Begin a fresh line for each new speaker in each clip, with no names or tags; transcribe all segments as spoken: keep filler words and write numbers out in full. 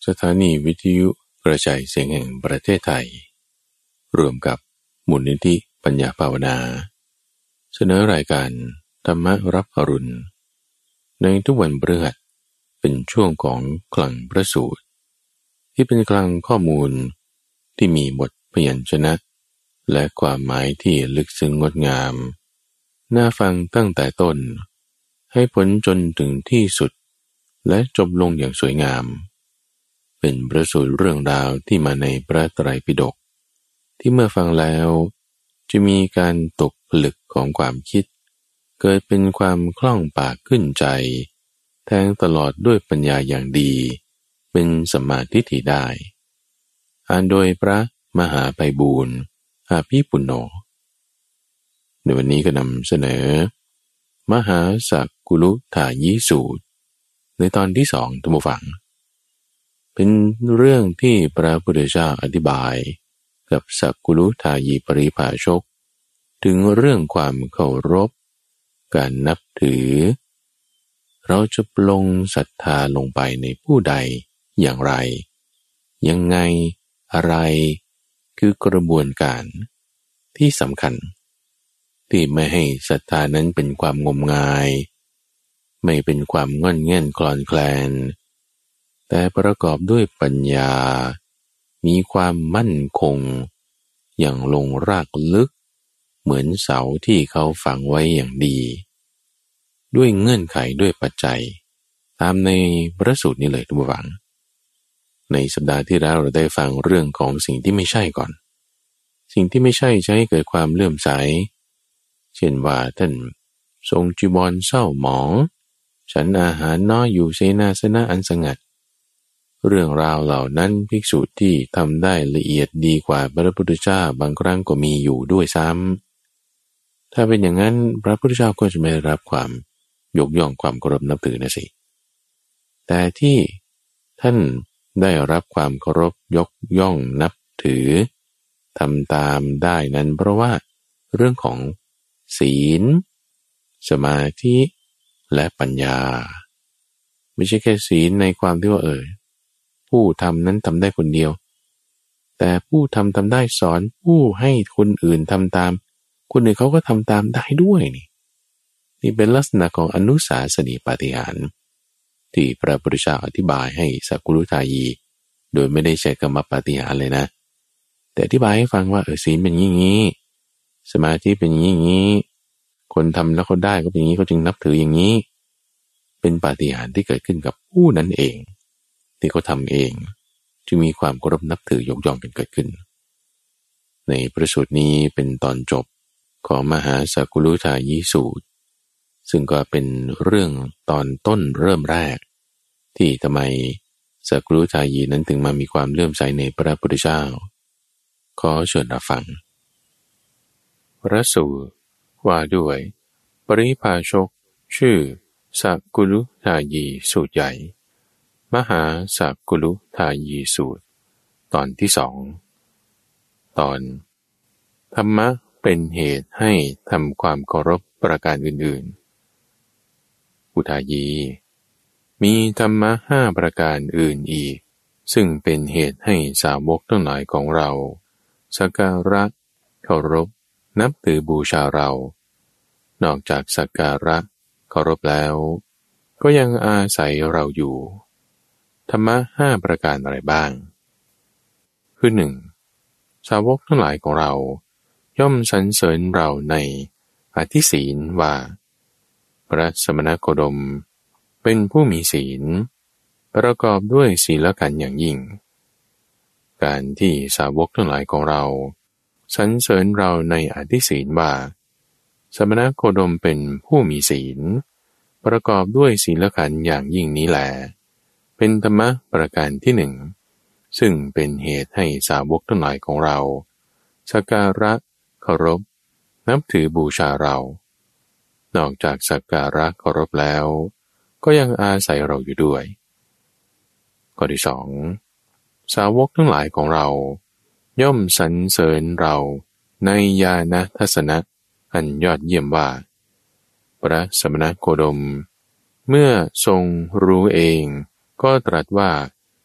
ถานีวิทยุกระจายเสียงแห่งประเทศไทยร่วมกับมูลนิธิปัญญาภาวนาเสนอรายการธรรมรับอรุณในทุกวันพฤหัสเป็นช่วงของคลังพระสูตรที่เป็นคลังข้อมูลที่มีบทพยัญชนะและความหมายที่ลึกซึ้งงดงามน่าฟังตั้งแต่ต้นให้ผลจนถึงที่สุดและจบลงอย่างสวยงามเป็นประสูตรเรื่องราวที่มาในพระไตรปิฎกที่เมื่อฟังแล้วจะมีการตกผลึกของความคิดเกิดเป็นความคล่องปากขึ้นใจแทงตลอดด้วยปัญญาอย่างดีเป็นสัมมาทิฏฐิได้อ่านโดยพระมหาไพบูลย์อาภิปุณโญในวันนี้ก็นำเสนอมหาสักกุลุทายีสูตรในตอนที่สองท่านผู้ฟังเป็นเรื่องที่พระพุทธเจ้าอธิบายกับสักกุลุทายีปริภาชกถึงเรื่องความเคารพการนับถือเราจะปลงศรัทธาลงไปในผู้ใดอย่างไรยังไงอะไรคือกระบวนการที่สำคัญที่ไม่ให้ศรัทธานั้นเป็นความงมงายไม่เป็นความง่อนแง่นคลอนแคลนแต่ประกอบด้วยปัญญามีความมั่นคงอย่างลงรากลึกเหมือนเสาที่เขาฝังไว้อย่างดีด้วยเงื่อนไขด้วยปัจจัยตามในพระสูตรนี้เลยทุกฝังในสัปดาห์ที่แล้วเราได้ฟังเรื่องของสิ่งที่ไม่ใช่ก่อนสิ่งที่ไม่ใช่จะให้เกิดความเลื่อมใสเช่นว่าท่านทรงจีวรเศร้าหมองฉันอาหารน้อยอยู่เสนาสนะอันสงัดเรื่องราวเหล่านั้นภิกษุที่ทำได้ละเอียดดีกว่าพระพุทธเจ้าบางครั้งก็มีอยู่ด้วยซ้ำถ้าเป็นอย่างนั้นพระพุทธเจ้าก็จะไม่ได้รับความยกย่องความเคารพนับถือนะสิแต่ที่ท่านได้รับความเคารพยกย่องนับถือทำตามได้นั้นเพราะว่าเรื่องของศีลสมาธิและปัญญาไม่ใช่แค่ศีลในความที่ว่าเออผู้ทำนั้นทำได้คนเดียวแต่ผู้ทำทำได้สอนผู้ให้คนอื่นทำตามคนอื่นเขาก็ทำตามได้ด้วยนี่นี่เป็นลักษณะของอนุสาสนีปาฏิหาริย์ที่พระพุทธเจ้าอธิบายให้สักกุลุทายีโดยไม่ได้ใช้คำว่าปาฏิหาริย์เลยนะแต่อธิบายให้ฟังว่าเออศีลเป็นอย่างนี้สมาธิเป็นอย่างนี้คนทำแล้วเขาได้ก็เป็นอย่างนี้เขาจึงนับถืออย่างนี้เป็นปาฏิหาริย์ที่เกิดขึ้นกับผู้นั้นเองที่เขาทำเองจึงมีความเคารพนับถือยกย่องกันเกิดขึ้นในพระสูตรนี้เป็นตอนจบของมหาสักกุลุทายีสูตรซึ่งก็เป็นเรื่องตอนต้นเริ่มแรกที่ทำไมสักกุลุทายีนั้นถึงมามีความเลื่อมใสในพระพุทธเจ้าขอเชิญรับฟังพระสูตรว่าด้วยปริภาชกชื่อสักกุลุทายีสูตรใหญ่มหาสักกุลุทายีสูตรตอนที่สองตอนธรรมะเป็นเหตุให้ทำความเคารพประการอื่นๆอุทายีมีธรรมะห้าประการอื่นอีกซึ่งเป็นเหตุให้สาวกทั้งหลายของเราสักการะเคารพนับถือบูชาเรานอกจากสักการะเคารพแล้วก็ยังอาศัยเราอยู่ธรรมะห้าประการอะไรบ้างคือหนึ่งสาวกทั้งหลายของเราย่อมสรรเสริญเราในอธิศีลว่าพระสมณโคดมเป็นผู้มีศีลประกอบด้วยศีลขันธ์อย่างยิ่งการที่สาวกทั้งหลายของเราสรรเสริญเราในอธิศีลว่าสมณโคดมเป็นผู้มีศีลประกอบด้วยศีลขันธ์อย่างยิ่งนี้แหละเป็นธรรมะประการที่หนึ่งซึ่งเป็นเหตุให้สาวกทั้งหลายของเราสักการะเคารพนับถือบูชาเรานอกจากสักการะเคารพแล้วก็ยังอาศัยเราอยู่ด้วยข้อที่สองสาวกทั้งหลายของเราย่อมสรรเสริญเราในญาณทัศนะอันยอดเยี่ยมว่าพระสมณโคดมเมื่อทรงรู้เองก็ตรัสว่า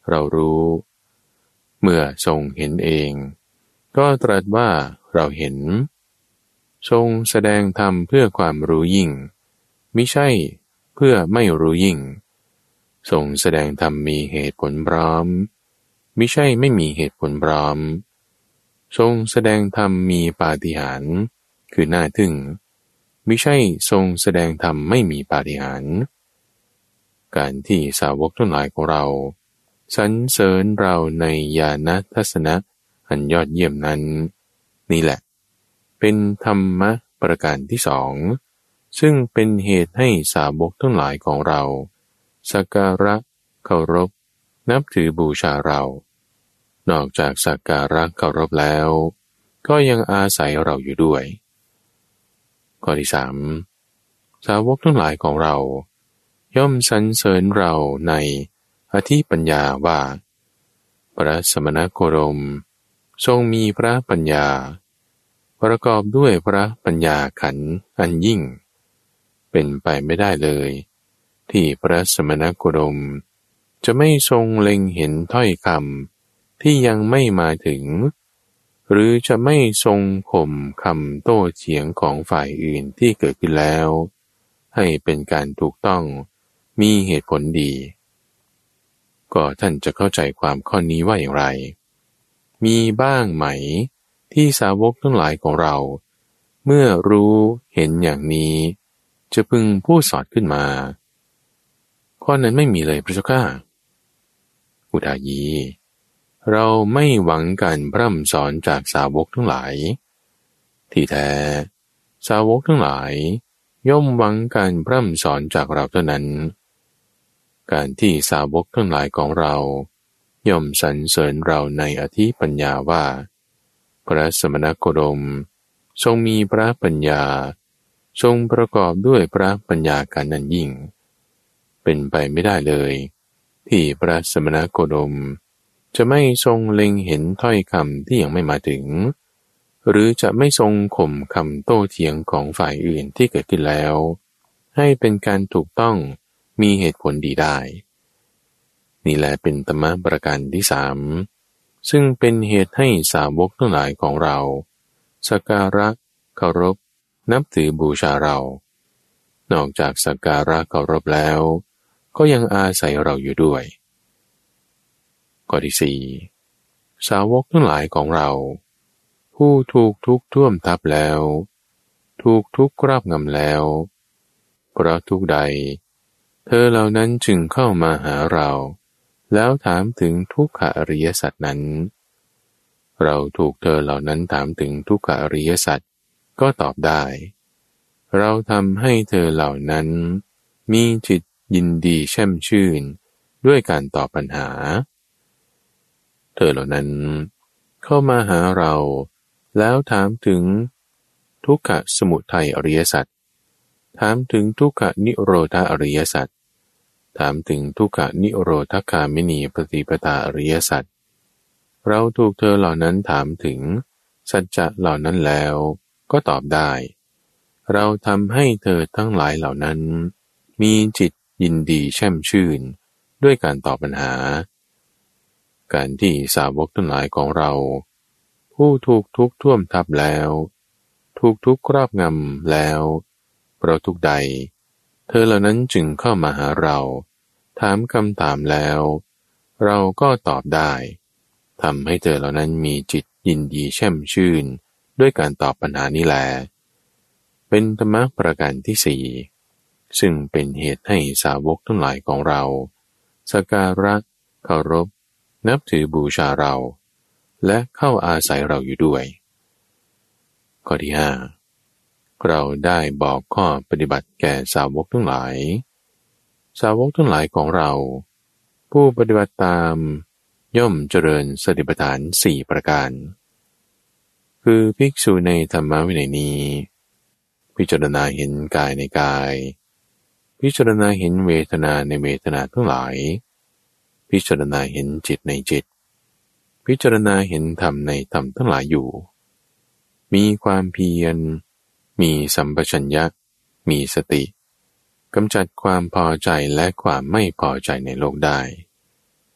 เรารู้เมื่อทรงเห็นเองก็ตรัสว่าเราเห็นทรงแสดงธรรมเพื่อความรู้ยิ่งมิใช่เพื่อไม่รู้ยิ่งทรงแสดงธรรมมีเหตุผลพร้อมมิใช่ไม่มีเหตุผลพร้อมทรงแสดงธรรมมีปาฏิหาริย์คือน่าทึ่งมิใช่ทรงแสดงธรรมไม่มีปาฏิหาริย์การที่สาวกทั้งหลายของเราสรรเสริญเราในญาณทัศนะอันยอดเยี่ยมนั้นนี่แหละเป็นธรรมะประการที่สองซึ่งเป็นเหตุให้สาวกทั้งหลายของเราสักการะเคารพนับถือบูชาเรานอกจากสักการะเคารพแล้วก็ยังอาศัยเราอยู่ด้วยข้อที่สามสาวกทั้งหลายของเราย่อมสรรเสริญเราในอธิปัญญาว่าพระสมณโคดมทรงมีพระปัญญาประกอบด้วยพระปัญญาขันธ์อันยิ่งเป็นไปไม่ได้เลยที่พระสมณโคดมจะไม่ทรงเล็งเห็นถ้อยคำที่ยังไม่มาถึงหรือจะไม่ทรงข่มคำโต้เถียงของฝ่ายอื่นที่เกิดขึ้นแล้วให้เป็นการถูกต้องมีเหตุผลดีก็ท่านจะเข้าใจความข้อนี้ว่าอย่างไรมีบ้างไหมที่สาวกทั้งหลายของเราเมื่อรู้เห็นอย่างนี้จะพึงพูดสอดขึ้นมาข้อนั้นไม่มีเลยพระเจ้าข้าอุทายีเราไม่หวังการพร่ำสอนจากสาวกทั้งหลายที่แท้สาวกทั้งหลายย่อมหวังการพร่ำสอนจากเราเท่านั้นการที่สาวกทั้งหลายของเราย่อมสรรเสริญเราในอธิปัญญาว่าพระสมณโคดมทรงมีพระปัญญาทรงประกอบด้วยพระปัญญาการนั้นยิ่งเป็นไปไม่ได้เลยที่พระสมณโคดมจะไม่ทรงเล็งเห็นถ้อยคำที่ยังไม่มาถึงหรือจะไม่ทรงข่มคำโต้เถียงของฝ่ายอื่นที่เกิดขึ้นแล้วให้เป็นการถูกต้องมีเหตุผลดีได้นี่แหละเป็นธรรมะประการที่สามซึ่งเป็นเหตุให้สาวกทั้งหลายของเราสักการะเคารพนับถือบูชาเรานอกจากสักการะเคารพแล้วก็ยังอาศัยเราอยู่ด้วยข้อที่สี่สาวกทั้งหลายของเราผู้ถูกทุกข์ท่วมทับแล้วถูกทุกข์ครอบงำแล้วเพราะทุกข์ใดเธอเหล่านั้นจึงเข้ามาหาเราแล้วถามถึงทุกขอริยสัจนั้นเราถูกเธอเหล่านั้นถามถึงทุกขอริยสัจก็ตอบได้เราทำให้เธอเหล่านั้นมีจิตยินดีแช่มชื่นด้วยการตอบปัญหาเธอเหล่านั้นเข้ามาหาเราแล้วถามถึงทุกขสมุทัยอริยสัจถามถึงทุกขนิโรธาอริยสัจถามถึงทุกขนิโรธคามินีปฏิปทาอริยสัจเราถูกเธอเหล่านั้นถามถึงสัจจะเหล่านั้นแล้วก็ตอบได้เราทำให้เธอทั้งหลายเหล่านั้นมีจิตยินดีแช่มชื่นด้วยการตอบปัญหาการที่สาวกทั้งหลายของเราผู้ถูกทุกข์ท่วมทับแล้วถูกทุกข์ครอบงำแล้วเพราะทุกข์ใดเธอเหล่านั้นจึงเข้ามาหาเราถามคำถามแล้วเราก็ตอบได้ทำให้เธอเหล่านั้นมีจิตยินดีแช่มชื่นด้วยการตอบปัญหานี้แลเป็นธรรมะประการที่สี่ซึ่งเป็นเหตุให้สาวกทั้งหลายของเราสักการะเคารพนับถือบูชาเราและเข้าอาศัยเราอยู่ด้วยข้อที่ห้าเราได้บอกข้อปฏิบัติแก่สาวกทั้งหลายสาวกทั้งหลายของเราผู้ปฏิบัติตามย่อมเจริญสติปัฏฐานสี่ประการคือภิกษุในธรรมวินัยนี้พิจารณาเห็นกายในกายพิจารณาเห็นเวทนาในเวทนาทั้งหลายพิจารณาเห็นจิตในจิตพิจารณาเห็นธรรมในธรรมทั้งหลายอยู่มีความเพียรมีสัมปชัญญะมีสติกำจัดความพอใจและความไม่พอใจในโลกได้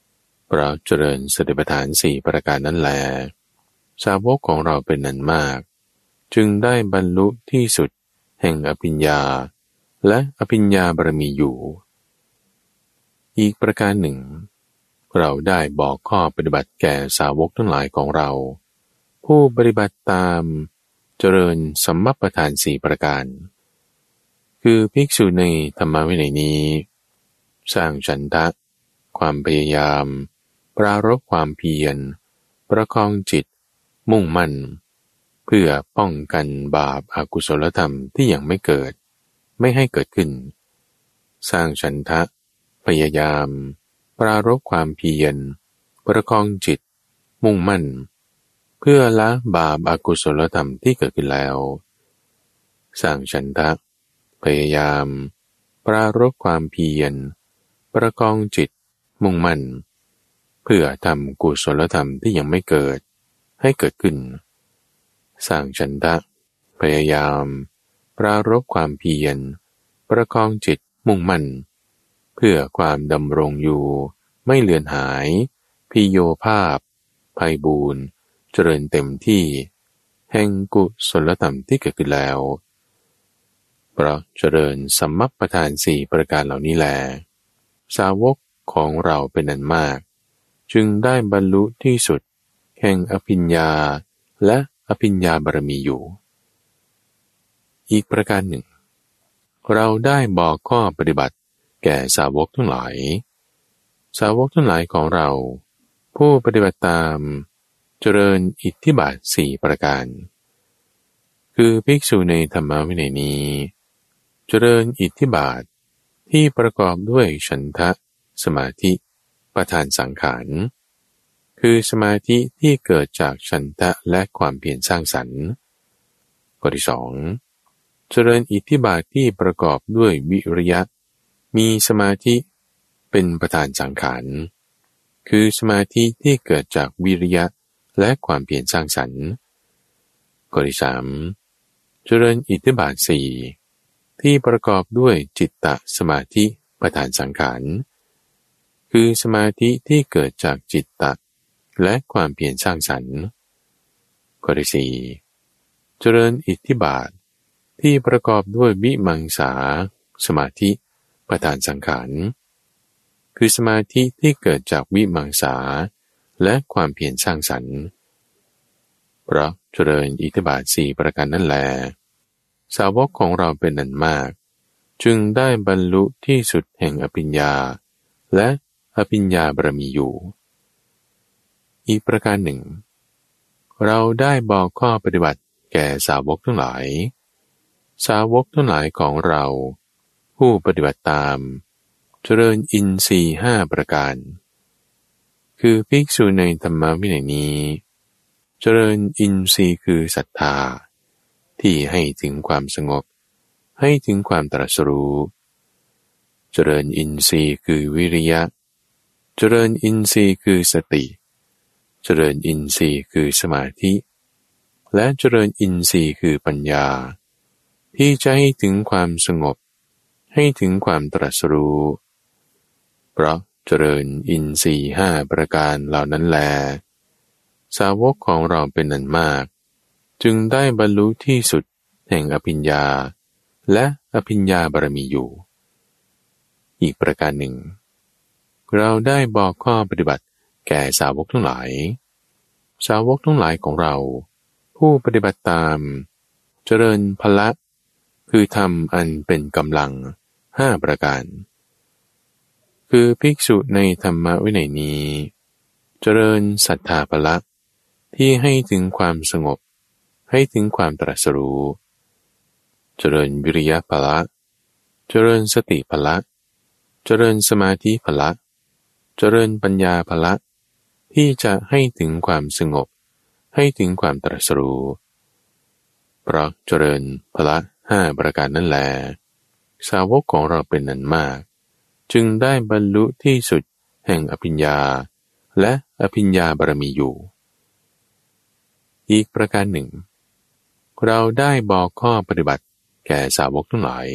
เพราะเจริญสติปัฏฐานสี่ประการนั้นแลสาวกของเราเป็นนันมากจึงได้บรรลุที่สุดแห่งอภิญญาและอภิญญาบารมีอยู่อีกประการหนึ่งเราได้บอกข้อปฏิบัติแก่สาวกทั้งหลายของเราผู้ปฏิบัติตามเจริญสัมมัปปทานสี่ประการคือภิกษุในธรรมวินัยนี้สร้างฉันทะความพยายามปรารภความเพียรประคองจิตมุ่งมั่นเพื่อป้องกันบาปอกุศลธรรมที่ยังไม่เกิดไม่ให้เกิดขึ้นสร้างฉันทะพยายามปรารภความเพียรประคองจิตมุ่งมั่นเพื่อละบาปอกุศลธรรมที่เกิดขึ้นแล้วสร้างฉันทะพยายามปรารภความเพียรประคองจิตมุ่งมั่นเพื่อทำกุศลธรรมที่ยังไม่เกิดให้เกิดขึ้นสร้างฉันทะพยายามปรารภความเพียรประคองจิตมุ่งมั่นเพื่อความดำรงอยู่ไม่เลือนหายพิโยภาพไพบูรณ์เจริญเต็มที่แห่งกุศลธรรมที่เกิดขึ้นแล้วเพราะเจริญสัมมัปปทานสี่ประการเหล่านี้แลสาวกของเราเป็นอันมากจึงได้บรรลุที่สุดแห่งอภิญญาและอภิญญาบารมีอยู่อีกประการหนึ่งเราได้บอกข้อปฏิบัติแก่สาวกทั้งหลายสาวกทั้งหลายของเราผู้ปฏิบัติตามเจริญอิทธิบาทสี่ประการคือภิกษุในธรรมวินัยนี้เจริญอิทธิบาทที่ประกอบด้วยฉันทะสมาธิประธานสังขารคือสมาธิที่เกิดจากฉันทะและความเพียรสร้างสรรค์ข้อที่สองเจริญอิทธิบาทที่ประกอบด้วยวิริยะมีสมาธิเป็นประธานสังขารคือสมาธิที่เกิดจากวิริยะและความเพียรสร้างสรรค์ข้อที่สามเจริญอิทธิบาทสี่ที่ประกอบด้วยจิตตสมาธิประธานสังขารคือสมาธิที่เกิดจากจิตตและความเพียรสร้างสรรค์ข้อที่สี่เจริญอิทธิบาทที่ประกอบด้วยวิมังสาสมาธิประธานสังขารคือสมาธิที่เกิดจากวิมังสาและความเพียรสร้างสรรค์เพราะเจริญอิทธิบาทสี่ประการนั่นแลสาวกของเราเป็นอันมากจึงได้บรรลุที่สุดแห่งอภิญญาและอภิญญาบารมีอยู่อีกประการหนึ่งเราได้บอกข้อปฏิบัติแก่สาวกทั้งหลายสาวกทั้งหลายของเราผู้ปฏิบัติตามเจริญอินทรีย์ห้าประการคือภิกษุในธรรมวินัยนี้เจริญอินทรีย์คือศรัทธาที่ให้ถึงความสงบให้ถึงความตรัสรู้เจริญอินทรีย์คือวิริยะเจริญอินทรีย์คือสติเจริญอินทรีย์คือสมาธิและเจริญอินทรีย์คือปัญญาที่จะให้ถึงความสงบให้ถึงความตรัสรู้เพราะเจริญอินทรีย์ห้าประการเหล่านั้นแลสาวกของเราเป็นอันมากจึงได้บรรลุที่สุดแห่งอภิญญาและอภิญญาบารมีอยู่อีกประการหนึ่งเราได้บอกข้อปฏิบัติแก่สาวกทั้งหลายสาวกทั้งหลายของเราผู้ปฏิบัติตามเจริญพละคือธรรมอันเป็นกำลังห้าประการคือภิกษุในธรรมวินัยนี้เจริญศรัทธาพละที่ให้ถึงความสงบให้ถึงความตรัสรู้เจริญวิริยะพละเจริญสติพละเจริญสมาธิพละเจริญปัญญาพละที่จะให้ถึงความสงบให้ถึงความตรัสรู้เพราะเจริญพละห้าประการนั่นแลสาวกของเราเป็นอันมากจึงได้บรรลุที่สุดแห่งอภิญญาและอภิญญาบารมีอยู่อีกประการหนึ่งเราได้บอกข้อปฏิบัติแก่สาวกทั้งหลาย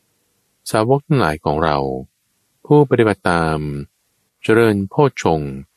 สาวกทั้งหลายของเราผู้ปฏิบัติตามเจริญโพชฌงค์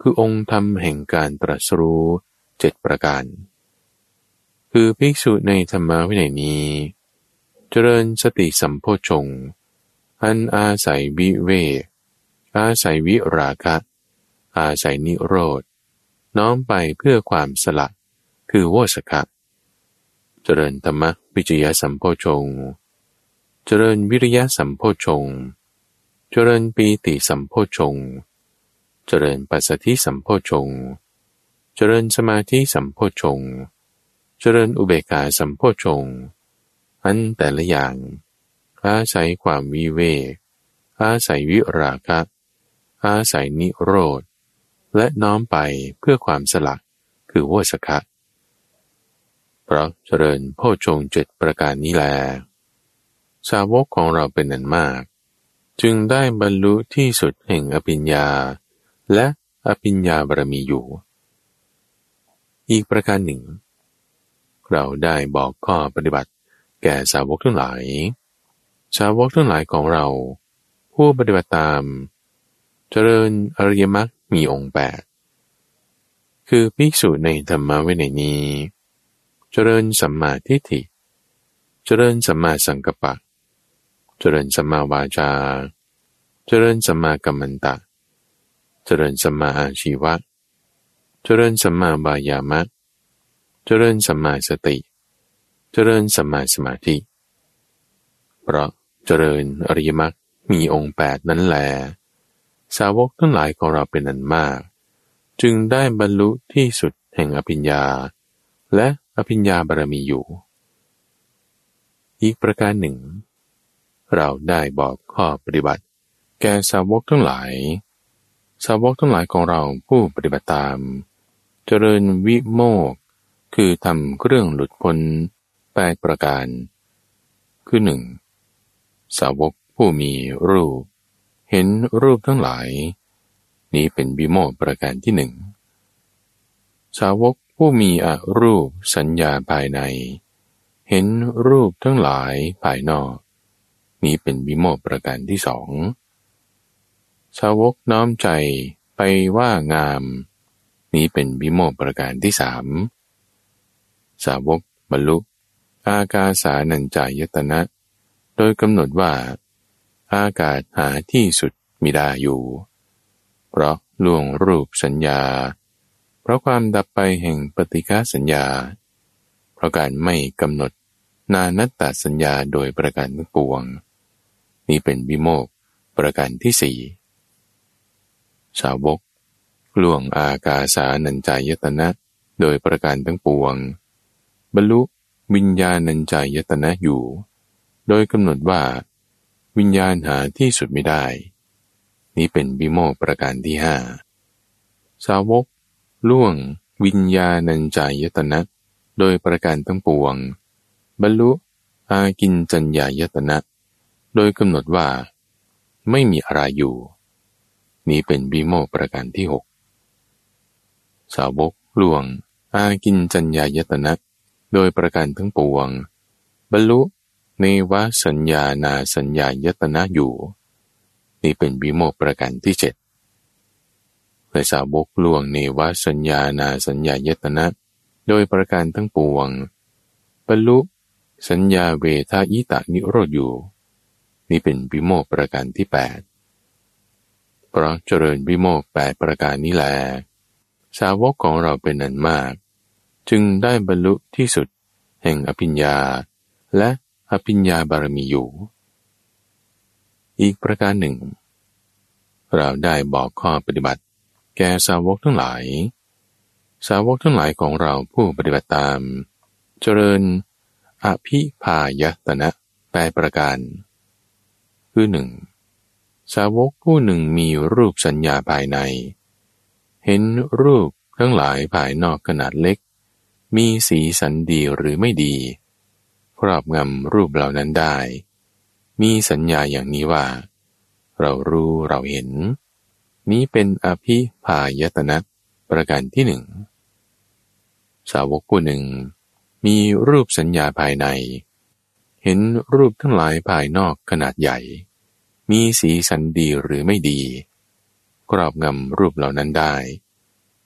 คือองค์ธรรมแห่งการตรัสรู้เจ็ดประการคือภิกษุในธรรมวินัยนี้เจริญสติสัมโพชฌงค์อันอาศัยวิเวกอาศัยวิราคะอาศัยนิโรธน้อมไปเพื่อความสละคือโวสัคคะเจริญธรรมวิจยสัมโพชฌงค์เจริญวิริยสัมโพชฌงค์เจริญปีติสัมโพชฌงค์เจริญปัสสัทธิสัมโพชฌงค์เจริญสมาธิสัมโพชฌงค์เจริญอุเบกขาสัมโพชฌงค์อันแต่ละอย่างอาศัยความวิเวกอาศัยวิราคะอาศัยนิโรธและน้อมไปเพื่อความสละคือโวสัคคะเพราะเจริญโพชฌงค์เจ็ดประการนี้แลสาวกของเราเป็นอันมากจึงได้บรรลุที่สุดแห่งอภิญญาและอภิญญาบารมีอยู่อีกประการหนึ่งเราได้บอกข้อปฏิบัติแก่สาวกทั้งหลายสาวกทั้งหลายของเราผู้ปฏิบัติตามเจริญอริยมรรคมีองค์แปดคือภิกษุในธรรมวินัยนี้เจริญสัมมาทิฏฐิเจริญสัมมาสังกัปปะเจริญสัมมาวาจาเจริญสัมมากัมมันตะเจริญสัมมาอาชีวะเจริญสัมมาวายามะเจริญสัมมาสติเจริญสัมมาสมาธิเพราะเจริญอริยมรรคมีองค์แปดนั้นแลสาวกทั้งหลายของเราเป็นอันมากจึงได้บรรลุที่สุดแห่งอภิญญาและอภิญญาบารมีอยู่อีกประการหนึ่งเราได้บอกข้อปฏิบัติแก่สาวกทั้งหลายสาวกทั้งหลายของเราผู้ปฏิบัติตามเจริญวิโมกข์คือทำเครื่องหลุดพ้นแปดประการคือหนึ่งสาวกผู้มีรูปเห็นรูปทั้งหลายนี้เป็นวิโมกข์ประการที่หนึ่งสาวกผู้มีอรูปสัญญาภายในเห็นรูปทั้งหลายภายนอกนี้เป็นวิโมกข์ประการที่สองสาวกน้อมใจไปว่างามนี้เป็นวิโมกข์ประการที่สามสาวกบรรลุอากาสานัญจายตนะโดยกำหนดว่าอากาศหาที่สุดมิได้อยู่เพราะล่วงรูปสัญญาเพราะความดับไปแห่งปฏิฆาสัญญาเพราะการไม่กำหนดนานัตตสัญญาโดยประการทั้งปวงนี้เป็นวิโมกข์ประการที่สี่สาวกล่วงอากาสานัญจายตนะโดยประการทั้งปวงบรรลุวิญญาณัญจายตนะอยู่โดยกำหนดว่าวิญญาณหาที่สุดไม่ได้นี้เป็นวิโมกข์ประการที่ห้าสาวกล่วงวิญญาณัญจายตนะโดยประการทั้งปวงบรรลุอากินจัญญายตนะโดยกำหนดว่าไม่มีอะไรอยู่นี้เป็นวิโมกข์ประการที่หกสาวกล่วงอากินจัญญายตนะโดยประการทั้งปวงบรรลุเนวสัญญานาสัญญายตนะอยู่นี้เป็นวิโมกข์ประการที่เจ็ดและสาวกล่วงเนวสัญญานาสัญญายตนะโดยประการทั้งปวงบรรลุสัญญาเวทายตานิโรธอยู่นี้เป็นวิโมกข์ประการที่แปดเพราะเจริญวิโมกข์แปดประการนี้แลสาวกของเราเป็นอันมากจึงได้บรรลุที่สุดแห่งอภิญญาและอภิญญาบารมีอยู่อีกประการหนึ่งเราได้บอกข้อปฏิบัติแก่สาวกทั้งหลายสาวกทั้งหลายของเราผู้ปฏิบัติตามเจริญอภิพายตนะแปดประการคือหนึ่งสาวกผู้หนึ่งมีรูปสัญญาภายในเห็นรูปทั้งหลายภายนอกขนาดเล็กมีสีสันดีหรือไม่ดีครอบงำรูปเหล่านั้นได้มีสัญญาอย่างนี้ว่าเรารู้เราเห็นนี้เป็นอภิพายตนะประการที่หนึ่งสาวกผู้หนึ่งมีรูปสัญญาภายในเห็นรูปทั้งหลายภายนอกขนาดใหญ่มีสีสันดีหรือไม่ดีครอบงำรูปเหล่านั้นได้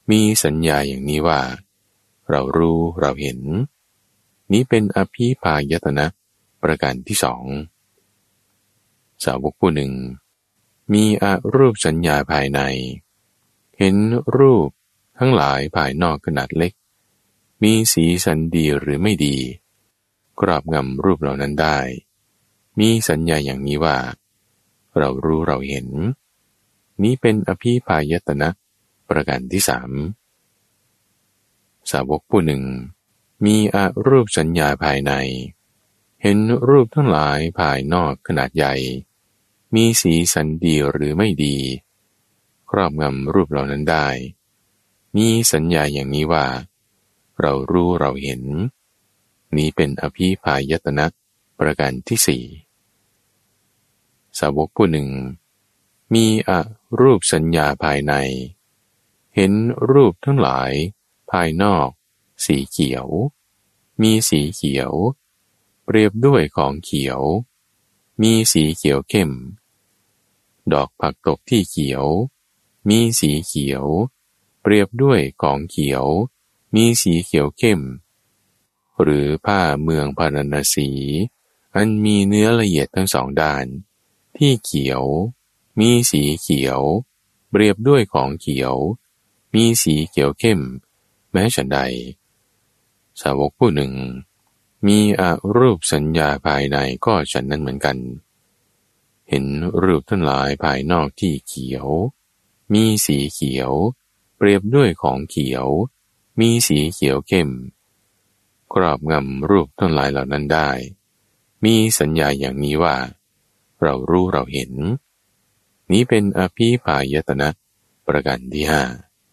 มีสัญญาอย่างนี้ว่าเรารู้เราเห็นนี้เป็นอภิพายตนะประการที่สองสาวกผู้หนึ่งมีอรูปสัญญาภายในเห็นรูปทั้งหลายภายนอกขนาดเล็กมีสีสันดีหรือไม่ดีครอบงำรูปเหล่านั้นได้มีสัญญาอย่างนี้ว่าเรารู้เราเห็นนี้เป็นอภิพายตนะประการที่สามสาวกผู้หนึ่งมีอรูปสัญญาภายในเห็นรูปทั้งหลายภายนอกขนาดใหญ่มีสีสันดีหรือไม่ดีครอบงำรูปเหล่านั้นได้มีสัญญาอย่างนี้ว่าเรารู้เราเห็นนี้เป็นอภิพายตนะประการที่สี่สาวกผู้หนึ่งมีอรูปสัญญาภายในเห็นรูปทั้งหลายภายนอกสีเขียวมีสีเขียวเปรียบด้วยของเขียวมีสีเขียวเข้มดอกผักตบที่เขียวมีสีเขียวเปรียบด้วยของเขียวมีสีเขียวเข้มหรือผ้าเมืองพาราณสีอันมีเนื้อละเอียดทั้งสองด้านที่เขียวมีสีเขียวเปรียบด้วยของเขียวมีสีเขียวเข้มแม้ฉันใดสาวกผู้หนึ่งมีอรูปสัญญาภายในก็ฉันนั้นเหมือนกันเห็นรูปทั้งหลายภายนอกที่เขียวมีสีเขียวเปรียบด้วยของเขียวมีสีเขียวเข้มครอบงำรูปทั้งหลายเหล่านั้นได้มีสัญญาอย่างนี้ว่าเรารู้เราเห็นนี้เป็นอภิพายตนะประการที่ห้า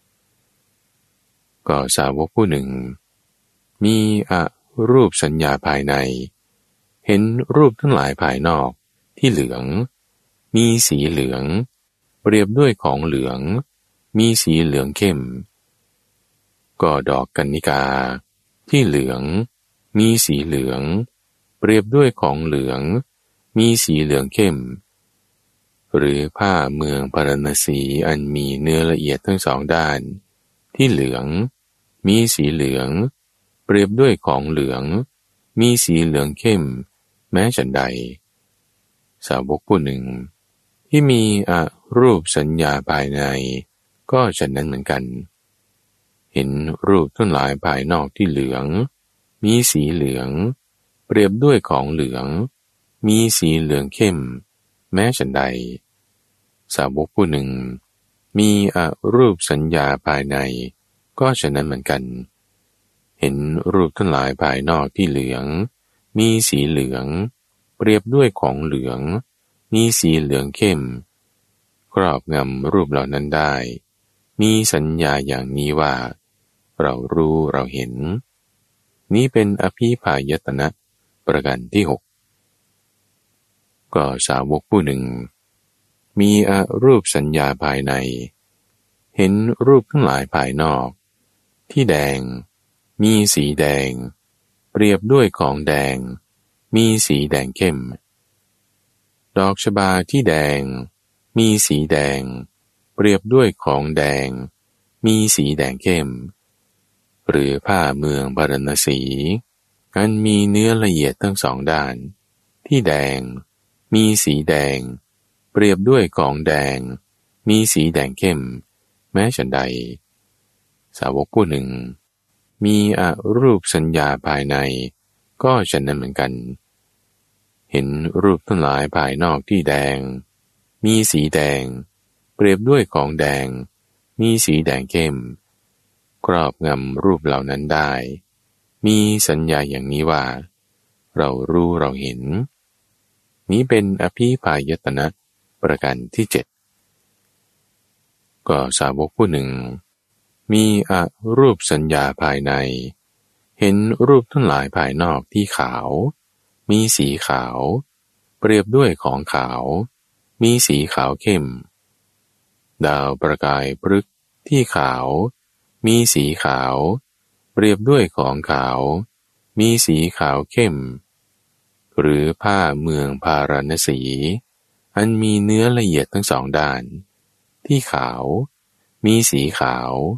ก็สาวกผู้หนึ่งมีอรูปสัญญาภายในเห็นรูปทั้งหลายภายนอกที่เหลืองมีสีเหลืองเปรียบด้วยของเหลืองมีสีเหลืองเข้มก็ดอกกัญญิกาที่เหลืองมีสีเหลืองเปรียบด้วยของเหลืองมีสีเหลืองเข้มหรือผ้าเมืองพาราณสีอันมีเนื้อละเอียดทั้งสองด้านที่เหลืองมีสีเหลืองเปรียบด้วยของเหลืองมีสีเหลืองเข้มแม้ฉันใดสาวกผู้หนึ่งที่มีอรูปสัญญาภายในก็ฉันนั้นเหมือนกันเห็นรูปทั้งหลายภายนอกที่เหลืองมีสีเหลืองเปรียบด้วยของเหลืองมีสีเหลืองเข้มแม้ฉันใดสาวกผู้หนึ่งมีอรูปสัญญาภายในก็ฉะนั้นเหมือนกันเห็นรูปทั้งหลายภายนอกที่เหลืองมีสีเหลืองเปรียบด้วยของเหลืองมีสีเหลืองเข้มครอบงำรูปเหล่านั้นได้มีสัญญาอย่างนี้ว่าเรารู้เราเห็นนี้เป็นอภิพายตนะประการที่หกก็สาวกผู้หนึ่งมีอรูปสัญญาภายในเห็นรูปทั้งหลายภายนอกที่แดงมีสีแดงเปรียบด้วยของแดงมีสีแดงเข้มดอกชบาที่แดงมีสีแดงเปรียบด้วยของแดงมีสีแดงเข้มหรือผ้าเมืองพาราณสีอันมีเนื้อละเอียดทั้งสองด้านที่แดงมีสีแดงเปรียบด้วยของแดงมีสีแดงเข้มแม้ฉันใดสาวกผู้หนึ่งมีอรูปสัญญาภายในก็ฉันนั้นเหมือนกันเห็นรูปทั้งหลายภายนอกที่แดงมีสีแดงเปรียบด้วยของแดงมีสีแดงเข้มครอบงำรูปเหล่านั้นได้มีสัญญาอย่างนี้ว่าเรารู้เราเห็นนี้เป็นอภิพายตนะประการที่เจ็ดก็สาวกผู้หนึ่งมีอรูปสัญญาภายในเห็นรูปทั้งหลายภายนอกที่ขาวมีสีขาวเปรียบด้วยของขาวมีสีขาวเข้มดาวประกายพฤกษ์ที่ขาวมีสีขาวเปรียบด้วยของขาวมีสีขาวเข้มหรือผ้าเมืองพาราณสีอันมีเนื้อละเอียดทั้งสองด้านที่ขาวมีสีขาว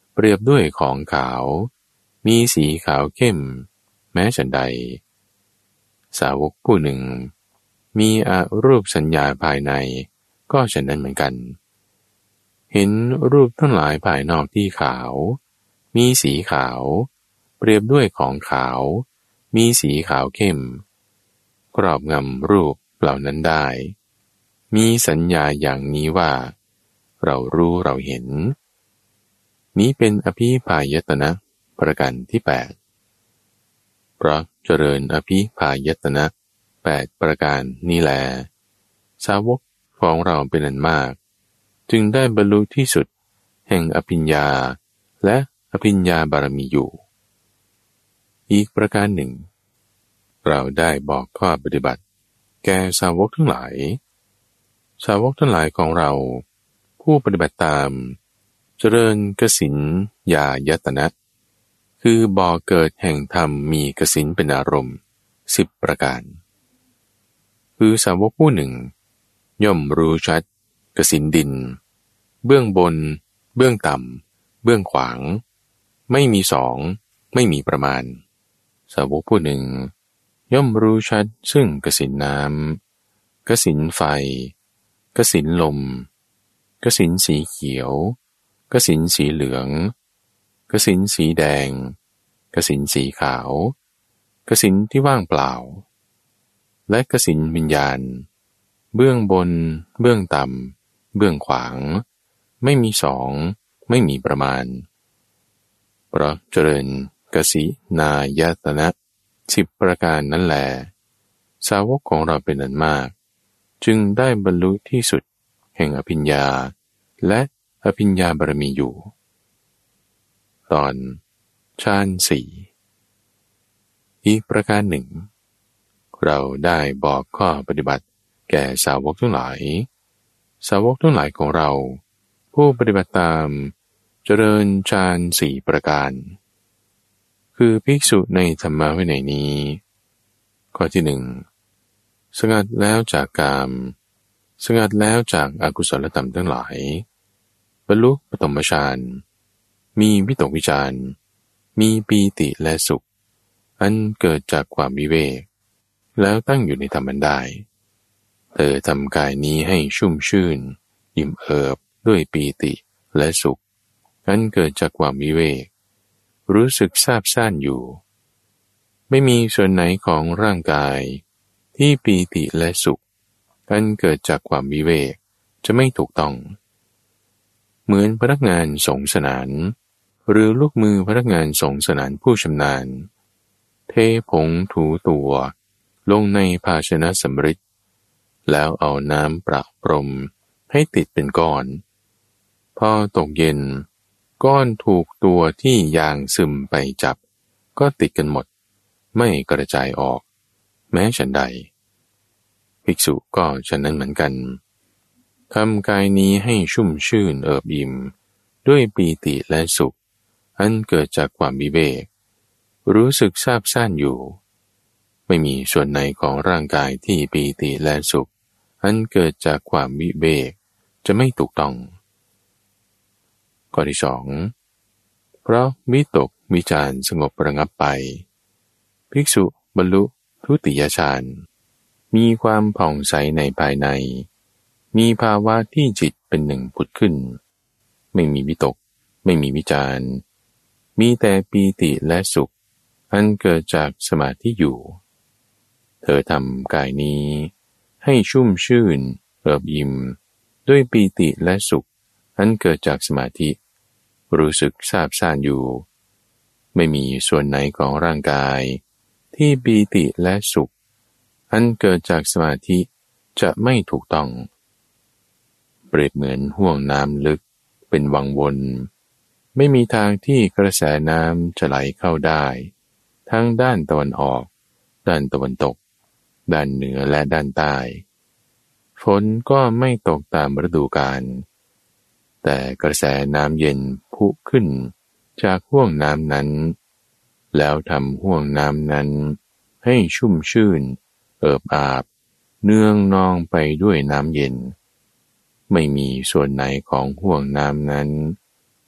เปรียบด้วยของขาวมีสีขาวเข้มแม้ฉันใดสาวกผู้หนึ่งมีอรูปสัญญาภายในก็ฉันนั้นเหมือนกันเห็นรูปทั้งหลายภายนอกที่ขาวมีสีขาวเปรียบด้วยของขาวมีสีขาวเข้มครอบงำรูปเหล่านั้นได้มีสัญญาอย่างนี้ว่าเรารู้เราเห็นนี้เป็นอภิพายตนะประการที่แปดเพราะเจริญอภิพายตนะแปดประการนี้แลสาวกของเราเป็นอันมากจึงได้บรรลุที่สุดแห่งอภิญญาและอภิญญาบารมีอยู่อีกประการหนึ่งเราได้บอกข้อปฏิบัติแก่สาวกทั้งหลายสาวกทั้งหลายของเราผู้ปฏิบัติตามเจริญกสิณญายตนะคือบ่อเกิดแห่งธรรมมีกสิณเป็นอารมณ์สิบประการคือสาวกผู้หนึ่งย่อมรู้ชัดกสิณดินเบื้องบนเบื้องต่ำเบื้องขวางไม่มีสองไม่มีประมาณสาวกผู้หนึ่งย่อมรู้ชัดซึ่งกสิณน้ำกสิณไฟกสิณลมกสิณสีเขียวกสิณสีเหลืองกสิณสีแดงกสิณสีขาวกสิณที่ว่างเปล่าและกสิณวิญญาณเบื้องบนเบื้องต่ำเบื้องขวางไม่มีสองไม่มีประมาณเพราะเจริญกสินายตนะสิบประการนั้นแลสาวกของเราเป็นอันมากจึงได้บรรลุที่สุดแห่งอภิญญาและอภิญญาบารมีอยู่ตอนฌานสี่อีกประการหนึ่งเราได้บอกข้อปฏิบัติแก่สาวกทั้งหลายสาวกทั้งหลายของเราผู้ปฏิบัติตามเจริญฌานสี่ประการคือภิกษุในธรรมวินัยนี้ข้อที่หนึ่งสงัดแล้วจากกามสงัดแล้วจากอากุศลธรรมทั้งหลายบรรลุปฐมฌานมีวิตกวิจารมีปีติและสุขอันเกิดจากความวิเวกแล้วตั้งอยู่ในธรรมอันได้เธอทำกายนี้ให้ชุ่มชื่นอิ่มเอิบด้วยปีติและสุขอันเกิดจากความวิเวกรู้สึกซาบซ่านอยู่ไม่มีส่วนไหนของร่างกายที่ปีติและสุขอันเกิดจากความวิเวกจะไม่ถูกต้องเหมือนพนักงานสงสนานหรือลูกมือพนักงานสงสนานผู้ชำนาญเทผงถูตัวลงในภาชนะสำริดแล้วเอาน้ำประพรมให้ติดเป็นก้อนพอตกเย็นก้อนถูกตัวที่ยางซึมไปจับก็ติดกันหมดไม่กระจายออกแม้ฉันใดภิกษุก็ฉะนั้นเหมือนกันทำกายนี้ให้ชุ่มชื่นเอิบอิ่มด้วยปีติและสุขอันเกิดจากความวิเวกรู้สึกซาบซ่านอยู่ไม่มีส่วนไหนของร่างกายที่ปีติและสุขอันเกิดจากความวิเวกจะไม่ถูกต้องข้อที่สองเพราะวิตกวิจารสงบระงับไปภิกษุบรรลุทุติยฌานมีความผ่องใสในภายในมีภาวะที่จิตเป็นหนึ่งผุดขึ้นไม่มีวิตกไม่มีวิจารมีแต่ปีติและสุขอันเกิดจากสมาธิอยู่เธอทำกายนี้ให้ชุ่มชื่นเอิบอิ่มด้วยปีติและสุขอันเกิดจากสมาธิรู้สึกซาบซ่านอยู่ไม่มีส่วนไหนของร่างกายที่ปีติและสุขอันเกิดจากสมาธิจะไม่ถูกต้องเปรียบเหมือนห้วงน้ำลึกเป็นวังวนไม่มีทางที่กระแสน้ำจะไหลเข้าได้ทั้งด้านตะวันออกด้านตะวันตกด้านเหนือและด้านใต้ฝนก็ไม่ตกตามฤดูกาลแต่กระแสน้ำเย็นพุขึ้นจากห้วงน้ำนั้นแล้วทำห้วงน้ำนั้นให้ชุ่มชื่นเอิบอาบเนื่องนองไปด้วยน้ำเย็นไม่มีส่วนไหนของห้วงน้ำนั้น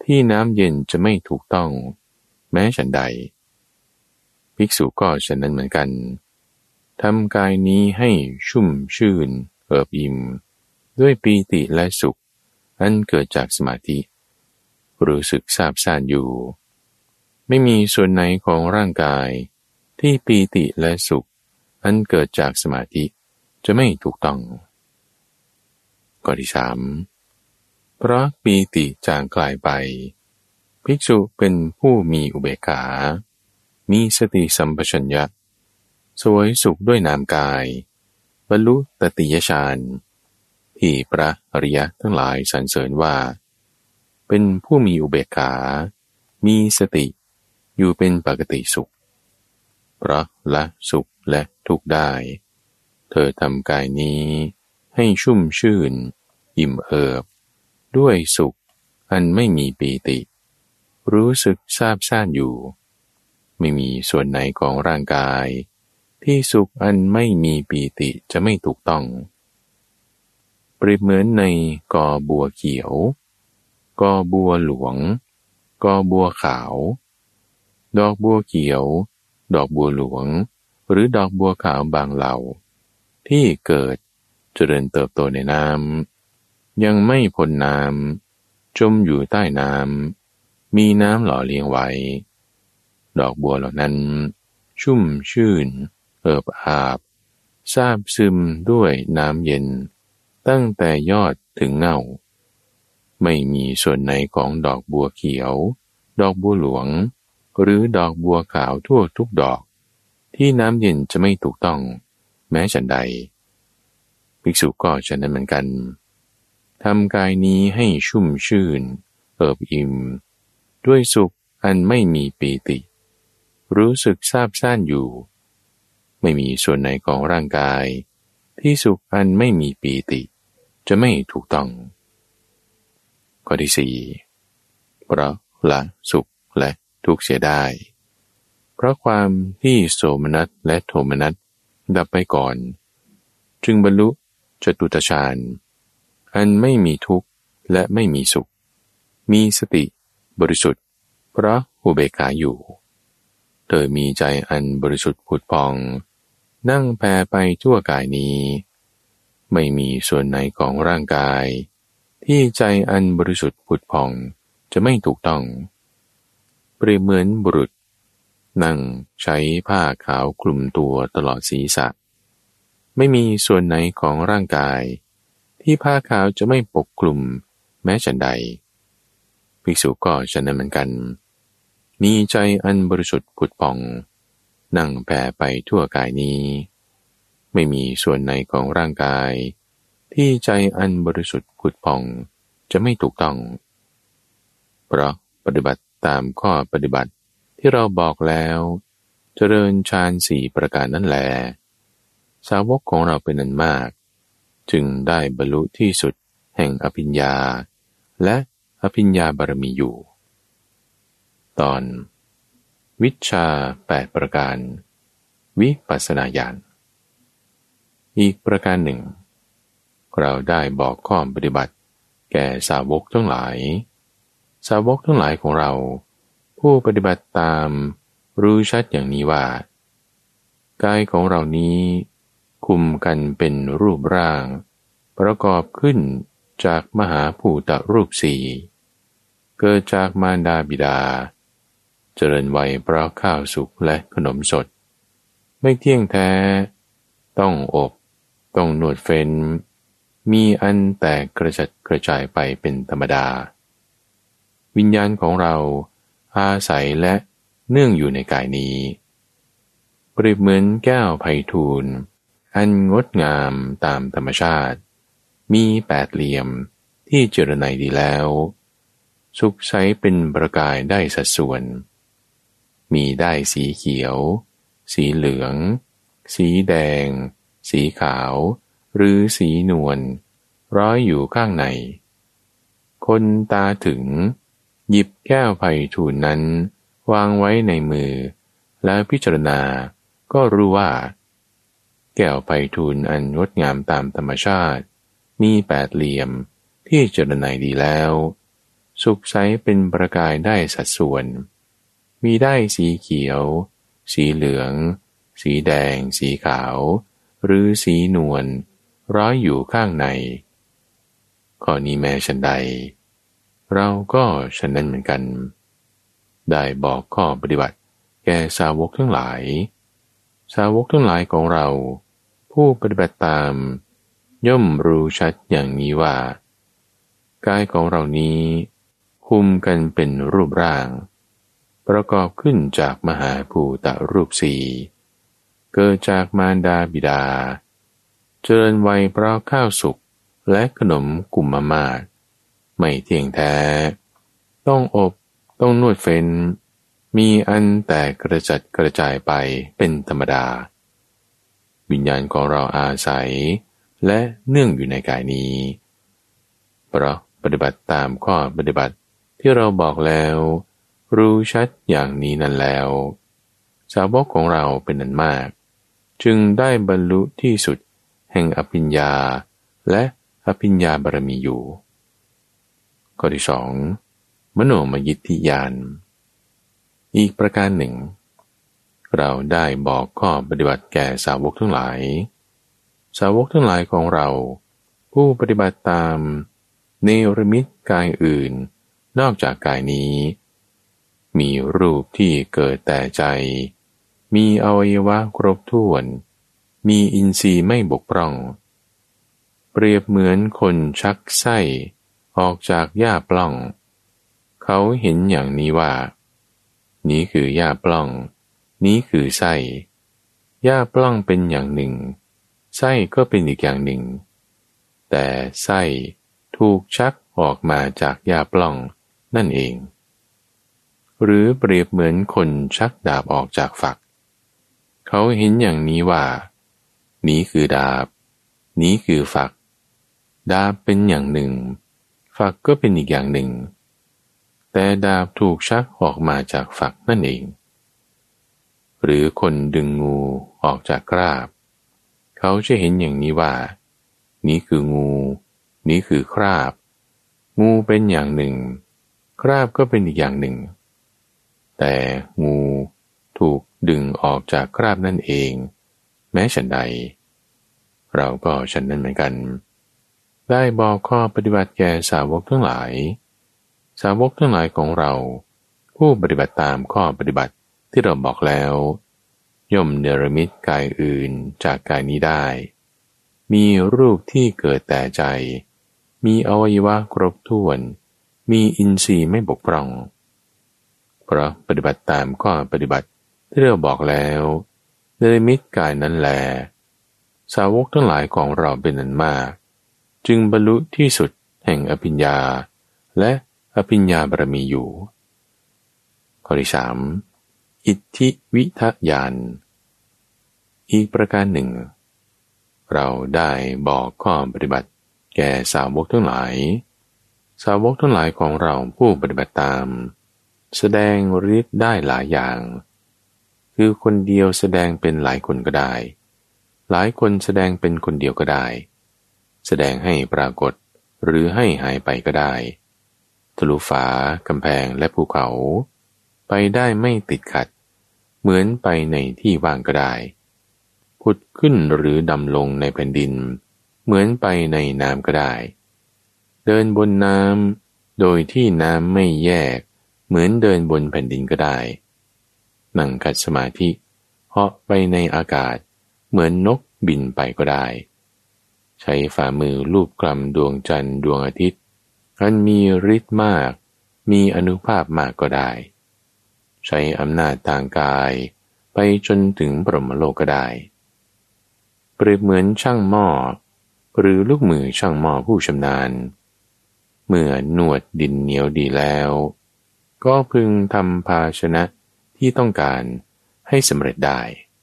ที่น้ำเย็นจะไม่ถูกต้องแม้ฉันใดภิกษุก็ฉะนั้นเหมือนกันทำกายนี้ให้ชุ่มชื่นเอิบอิ่มด้วยปีติและสุขอันเกิดจากสมาธิรู้สึกซาบซ่านอยู่ไม่มีส่วนไหนของร่างกายที่ปีติและสุขอันเกิดจากสมาธิจะไม่ถูกต้องข้อที่สามเพราะปีติจางกลายไปภิกษุเป็นผู้มีอุเบกขามีสติสัมปชัญญะสวยสุขด้วยนามกายบรรลุตติยฌานที่พระอริยะทั้งหลายสรรเสริญว่าเป็นผู้มีอุเบกขามีสติอยู่เป็นปกติสุขเพราะละสุขและทุกข์ได้เธอทำกายนี้ให้ชุ่มชื่นอิ่มเอิบด้วยสุขอันไม่มีปีติรู้สึกซาบซ่านอยู่ไม่มีส่วนไหนของร่างกายที่สุขอันไม่มีปีติจะไม่ถูกต้องเปรียบเหมือนในกอบัวเขียวกอบัวหลวงกอบัวขาวดอกบัวเขียวดอกบัวหลวงหรือดอกบัวขาวบางเหล่าที่เกิดเจริญเติบโตในน้ำยังไม่พ้นน้ำจมอยู่ใต้น้ำมีน้ำหล่อเลี้ยงไว้ดอกบัวเหล่านั้นชุ่มชื่นเอิบอาบซาบซึมด้วยน้ำเย็นตั้งแต่ยอดถึงเง่าไม่มีส่วนไหนของดอกบัวเขียวดอกบัวหลวงหรือดอกบัวขาวทั่วทุกดอกที่น้ำเย็นจะไม่ถูกต้องแม้ฉันใดภิกษุก็ฉะนั้นเหมือนกันทำกายนี้ให้ชุ่มชื่นเอิบอิ่มด้วยสุขอันไม่มีปีติรู้สึกซาบซ่านอยู่ไม่มีส่วนไหนของร่างกายที่สุขอันไม่มีปีติจะไม่ถูกต้องข้อที่สี่เพราะละสุขและทุกข์เสียได้เพราะความที่โสมนัสและโทมนัสดับไปก่อนจึงบรรลุจตุตฌานอันไม่มีทุกข์และไม่มีสุขมีสติบริสุทธิ์เพราะอุเบกขาอยู่เธอมีใจอันบริสุทธิ์ผุดพองนั่งแผ่ไปทั่วกายนี้ไม่มีส่วนไหนของร่างกายที่ใจอันบริสุทธิ์ผุดพองจะไม่ถูกต้องเปรียบเหมือนบุรุษนั่งใช้ผ้าขาวคลุมตัวตลอดศีรษะไม่มีส่วนไหนของร่างกายที่ผ้าขาวจะไม่ปกคลุมแม้ฉันใดภิกษุก็ฉะนั้นเหมือนกันมีใจอันบริสุทธิ์ผุดพองนั่งแผ่ไปทั่วกายนี้ไม่มีส่วนไหนของร่างกายที่ใจอันบริสุทธิ์ผุดพองจะไม่ถูกต้องเพราะปฏิบัติตามข้อปฏิบัติที่เราบอกแล้วเจริญฌานสี่ประการนั่นแลสาวกของเราเป็นอันมากจึงได้บรรลุที่สุดแห่งอภิญญาและอภิญญาบารมีอยู่ตอนวิชชาแปดประการวิปัสสนาญาณอีกประการหนึ่งเราได้บอกข้อปฏิบัติแก่สาวกทั้งหลายสาวกทั้งหลายของเราผู้ปฏิบัติตามรู้ชัดอย่างนี้ว่ากายของเรานี้คุมกันเป็นรูปร่างประกอบขึ้นจากมหาภูตรูปสี่เกิดจากมารดาบิดาเจริญวัยเพราะข้าวสุกและขนมสดไม่เที่ยงแท้ต้องอบต้องนวดเฟ้นมีอันแตกกระจัดกระจายไปเป็นธรรมดาวิญญาณของเราอาศัยและเนื่องอยู่ในกายนี้เปรียบเหมือนแก้วไพฑูรย์อันงดงามตามธรรมชาติมีแปดเหลี่ยมที่เจรไนดีแล้วสุกใสเป็นประกายได้สัดส่วนมีได้สีเขียวสีเหลืองสีแดงสีขาวหรือสีนวลร้อยอยู่ข้างในคนตาถึงหยิบแก้วไพฑูรย์นั้นวางไว้ในมือและพิจารณาก็รู้ว่าแก้วไพฑูรย์อันงดงามตามธรรมชาติมีแปดเหลี่ยมที่เจรไนดีแล้วสุกใสเป็นประกายได้สัดส่วนมีได้สีเขียวสีเหลืองสีแดงสีขาวหรือสีนวลร้อยอยู่ข้างในข้อนี้แม้ฉันใดเราก็ฉันนั้นเหมือนกันได้บอกข้อปฏิบัติแก่สาวกทั้งหลายสาวกทั้งหลายของเราผู้ปฏิบัติตามย่อมรู้ชัดอย่างนี้ว่ากายของเรานี้คุมกันเป็นรูปร่างประกอบขึ้นจากมหาภูตรูปสี่เกิดจากมารดาบิดาเจริญวัยเพราะข้าวสุกและขนมกุมมามาศไม่เที่ยงแท้ต้องอบต้องนวดเฟ้นมีอันแตกกระจัดกระจายไปเป็นธรรมดาวิญญาณของเราอาศัยและเนื่องอยู่ในกายนี้เพราะปฏิบัติตามข้อปฏิบัติที่เราบอกแล้วรู้ชัดอย่างนี้นั่นแล้วสาวกของเราเป็นอันมากจึงได้บรรลุที่สุดแห่งอภิญญาและอภิญญาบารมีอยู่ข้อที่สองมโนมยิทธิญาณอีกประการหนึ่งเราได้บอกข้อปฏิบัติแก่สาวกทั้งหลายสาวกทั้งหลายของเราผู้ปฏิบัติตามเนรมิตกายอื่นนอกจากกายนี้มีรูปที่เกิดแต่ใจมีอวัยวะครบถ้วนมีอินทรีย์ไม่บกพร่องเปรียบเหมือนคนชักไส้ออกจากหญ้าปล้องเขาเห็นอย่างนี้ว่านี้คือหญ้าปล้องนี้คือไส้หญ้าปล้องเป็นอย่างหนึ่งไส้ก็เป็นอีกอย่างหนึ่งแต่ไส้ถูกชักออกมาจากหญ้าปล้องนั่นเองหรือเปรียบเหมือนคนชักดาบออกจากฝักเขาเห็นอย่างนี้ว่านี้คือดาบนี้คือฝักดาบเป็นอย่างหนึ่งฝักก็เป็นอีกอย่างหนึ่งแต่ดาบถูกชักออกมาจากฝักนั่นเองหรือคนดึงงูออกจากคราบเขาจะเห็นอย่างนี้ว่านี้คืองูนี้คือคราบงูเป็นอย่างหนึ่งคราบก็เป็นอีกอย่างหนึ่งแต่งูถูกดึงออกจากคราบนั่นเองแม้ฉันใดเราก็ฉันนั้นเหมือนกันได้บอกข้อปฏิบัติแก่สาวกทั้งหลายสาวกทั้งหลายของเราผู้ปฏิบัติตามข้อปฏิบัติที่เราบอกแล้วย่อมเนรมิตกายอื่นจากกายนี้ได้มีรูปที่เกิดแต่ใจมีอวัยวะครบถ้วนมีอินทรีย์ไม่บกพร่องเพราะปฏิบัติตามข้อปฏิบัติที่เราบอกแล้วเนรมิตกายนั้นแลสาวกทั้งหลายของเราเป็นอันมากจึงบรรลุที่สุดแห่งอภิญญาและอภิญญาบารมีอยู่ข้อที่สามอิทธิวิทยานอีกประการหนึ่งเราได้บอกข้อปฏิบัติแก่สาวกทั้งหลายสาวกทั้งหลายของเราผู้ปฏิบัติตามแสดงฤทธิ์ได้หลายอย่างคือคนเดียวแสดงเป็นหลายคนก็ได้หลายคนแสดงเป็นคนเดียวก็ได้แสดงให้ปรากฏหรือให้หายไปก็ได้ทะลุฝากำแพงและภูเขาไปได้ไม่ติดขัดเหมือนไปในที่ว่างก็ได้ผุดขึ้นหรือดำลงในแผ่นดินเหมือนไปในน้ำก็ได้เดินบนน้ำโดยที่น้ำไม่แยกเหมือนเดินบนแผ่นดินก็ได้นั่งขัดสมาธิเหาะไปในอากาศเหมือนนกบินไปก็ได้ใช้ฝ่ามือลูบกล่ำดวงจันทร์ดวงอาทิตย์อันมีฤทธิ์มากมีอานุภาพมากก็ได้ใช้อำนาจทางกายไปจนถึงพรหมโลกก็ได้เปรียบเหมือนช่างหม้อหรือลูกมือช่างหม้อผู้ชำนาญเมื่อนวดดินเหนียวดีแล้วก็พึงทำภาชนะที่ต้องการให้สำเร็จได้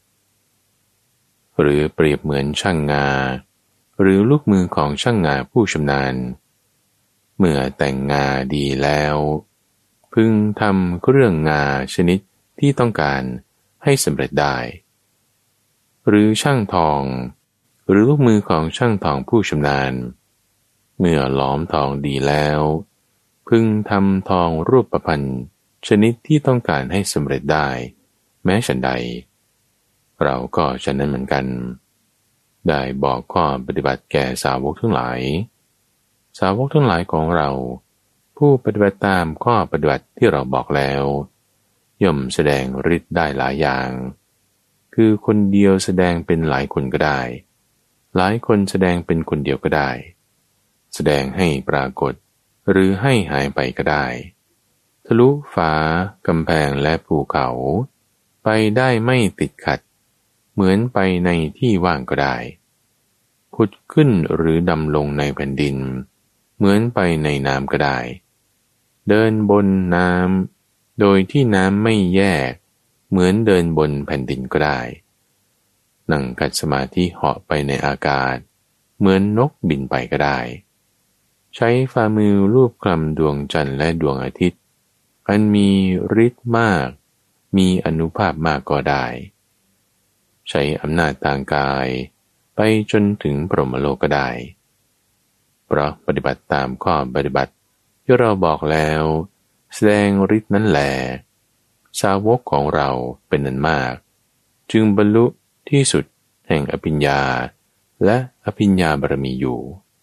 หรือเปรียบเหมือนช่างงาหรือลูกมือของช่างงาผู้ชำนาญเมื่อแต่งงาดีแล้วพึงทำเครื่องงาชนิดที่ต้องการให้สำเร็จได้หรือช่างทองหรือลูกมือของช่างทองผู้ชำนาญเมื่อหลอมทองดีแล้วพึงทำทองรูปพรรณชนิดที่ต้องการให้สำเร็จได้แม้ฉันใดเราก็ฉะนั้นเหมือนกันได้บอกข้อปฏิบัติแก่สาวกทั้งหลายสาวกทั้งหลายของเราผู้ปฏิบัติตามข้อปฏิบัติที่เราบอกแล้วย่อมแสดงฤทธิ์ได้หลายอย่างคือคนเดียวแสดงเป็นหลายคนก็ได้หลายคนแสดงเป็นคนเดียวก็ได้แสดงให้ปรากฏหรือให้หายไปก็ได้ทะลุฟ้ากำแพงและภูเขาไปได้ไม่ติดขัดเหมือนไปในที่ว่างก็ได้ผุดขึ้นหรือดำลงในแผ่นดินเหมือนไปในน้ำก็ได้เดินบนน้ำโดยที่น้ำไม่แยกเหมือนเดินบนแผ่นดินก็ได้นั่งกัดสมาธิเหาะไปในอากาศเหมือนนกบินไปก็ได้ใช้ฝ่ามือลูบคลำดวงจันทร์และดวงอาทิตย์อันมีฤทธิ์มากมีอนุภาพมากก็ได้ใช้อำนาจทางกายไปจนถึงพรหมโลกก็ได้เพราะปฏิบัติตามข้อปฏิบัติที่เราบอกแล้วแสดงฤทธิ์นั้นแลสาวกของเราเป็นนันมากจึงบรรลุที่สุดแห่งอภิญญาและอภิญญาบารมีอยู่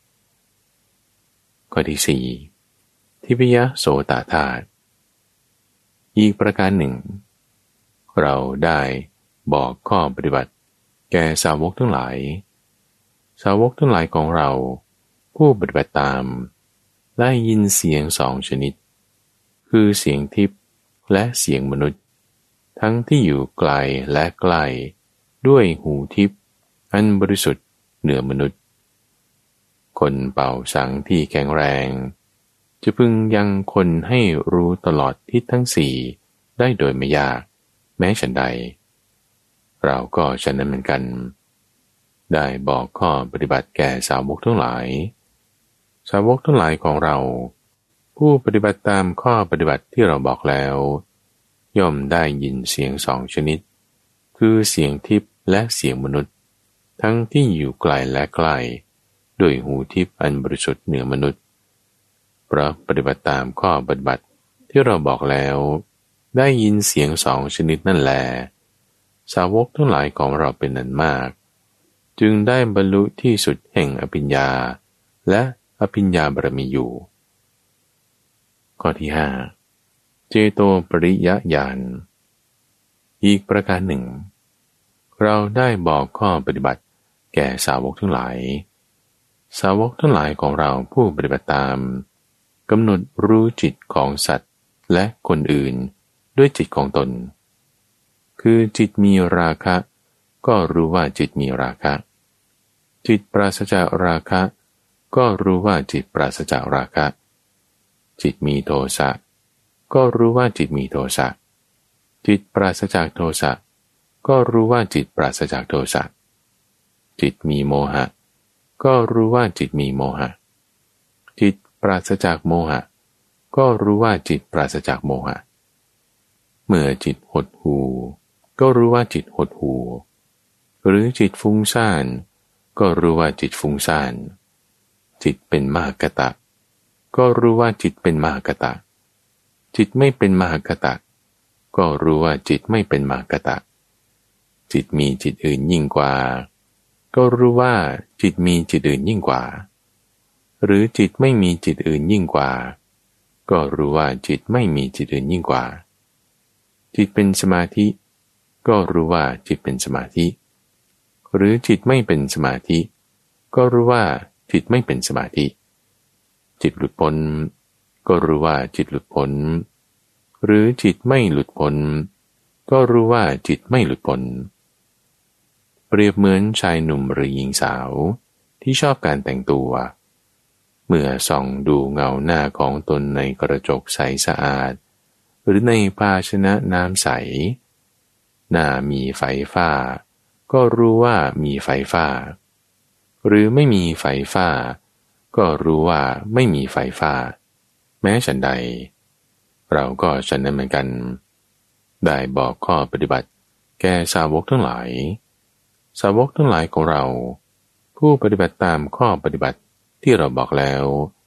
ข้อที่สี่ทิพยโสตธาตุอีกประการหนึ่งเราได้บอกข้อปฏิบัติแก่สาวกทั้งหลายสาวกทั้งหลายของเราผู้ปฏิบัติตามได้ยินเสียงสองชนิดคือเสียงทิพย์และเสียงมนุษย์ทั้งที่อยู่ไกลและใกล้ด้วยหูทิพย์อันบริสุทธิ์เหนือมนุษย์คนเป่าสังที่แข็งแรงจะพึงยังคนให้รู้ตลอดทิศทั้งสี่ได้โดยไม่ยากแม้ฉันใดเราก็ฉะนั้นเหมือนกันได้บอกข้อปฏิบัติแก่สาวกทั้งหลายสาวกทั้งหลายของเราผู้ปฏิบัติตามข้อปฏิบัติที่เราบอกแล้วย่อมได้ยินเสียงสองชนิดคือเสียงทิพย์และเสียงมนุษย์ทั้งที่อยู่ไกลและใกล้ด้วยหูทิพย์อันบริสุทธิ์เหนือมนุษย์เพราะปฏิบัติตามข้อปฏิบัติที่เราบอกแล้วได้ยินเสียงสองชนิดนั่นแลสาวกทั้งหลายของเราเป็นนันมากจึงได้บรรลุที่สุดแห่งอภิญญาและอภิญญาบารมีอยู่ข้อที่ห้าเจโตปริยญาณอีกประการหนึ่งเราได้บอกข้อปฏิบัติแก่สาวกทั้งหลายสาวกทั้งหลายของเราผู้ปฏิบัติตามกำหนดรู้จิตของสัตว์และคนอื่นด้วยจิตของตนคือจิตมีราคะก็รู้ว่าจิตมีราคะจิตปราศจากราคะก็รู้ว่าจิตปราศจากราคะจิตมีโทสะก็รู้ว่าจิตมีโทสะจิตปราศจากโทสะก็รู้ว่าจิตปราศจากโทสะจิตมีโมหะก็รู้ว่าจิตมีโมหะจิตปราศจากโมหะก็รู้ว่าจิตปราศจากโมหะเมื่อจิตหดหู่ก็รู้ว่าจิตหดหู่หรือจิตฟุ้งซ่านก็รู้ว่าจิตฟุ้งซ่านจิตเป็นมหคตะก็รู้ว่าจิตเป็นมหคตะจิตไม่เป็นมหคตะก็รู้ว่าจิตไม่เป็นมหคตะจิตมีจิตอื่นยิ่งกว่าก็รู้ว่าจิตมีจิตอื่นยิ่งกว่าหรือจิตไม่มีจิตอื่นยิ่งกว่าก็รู้ว่าจิตไม่มีจิตอื่นยิ่งกว่าจิตเป็นสมาธิก็รู้ว่าจิตเป็นสมาธิหรือจิตไม่เป็นสมาธิก็รู้ว่าจิตไม่เป็นสมาธิจิตหลุดพ้นก็รู้ว่าจิตหลุดพ้นหรือจิตไม่หลุดพ้นก็รู้ว่าจิตไม่หลุดพ้นเปรียบเหมือนชายหนุ่มหรือหญิงสาวที่ชอบการแต่งตัวเมื่อส่องดูเงาหน้าของตนในกระจกใสสะอาดหรือในภาชนะน้ำใสหน้ามีไฝฟ้าก็รู้ว่ามีไฝฟ้าหรือไม่มีไฝฟ้าก็รู้ว่าไม่มีไฝฟ้าแม้ฉันใดเราก็ฉันนั้นเหมือนกันได้บอกข้อปฏิบัติแก่สาวกทั้งหลายสาวกทั้งหลายของเราผู้ปฏิบัติตามข้อปฏิบัติที่เราบอกแล้ว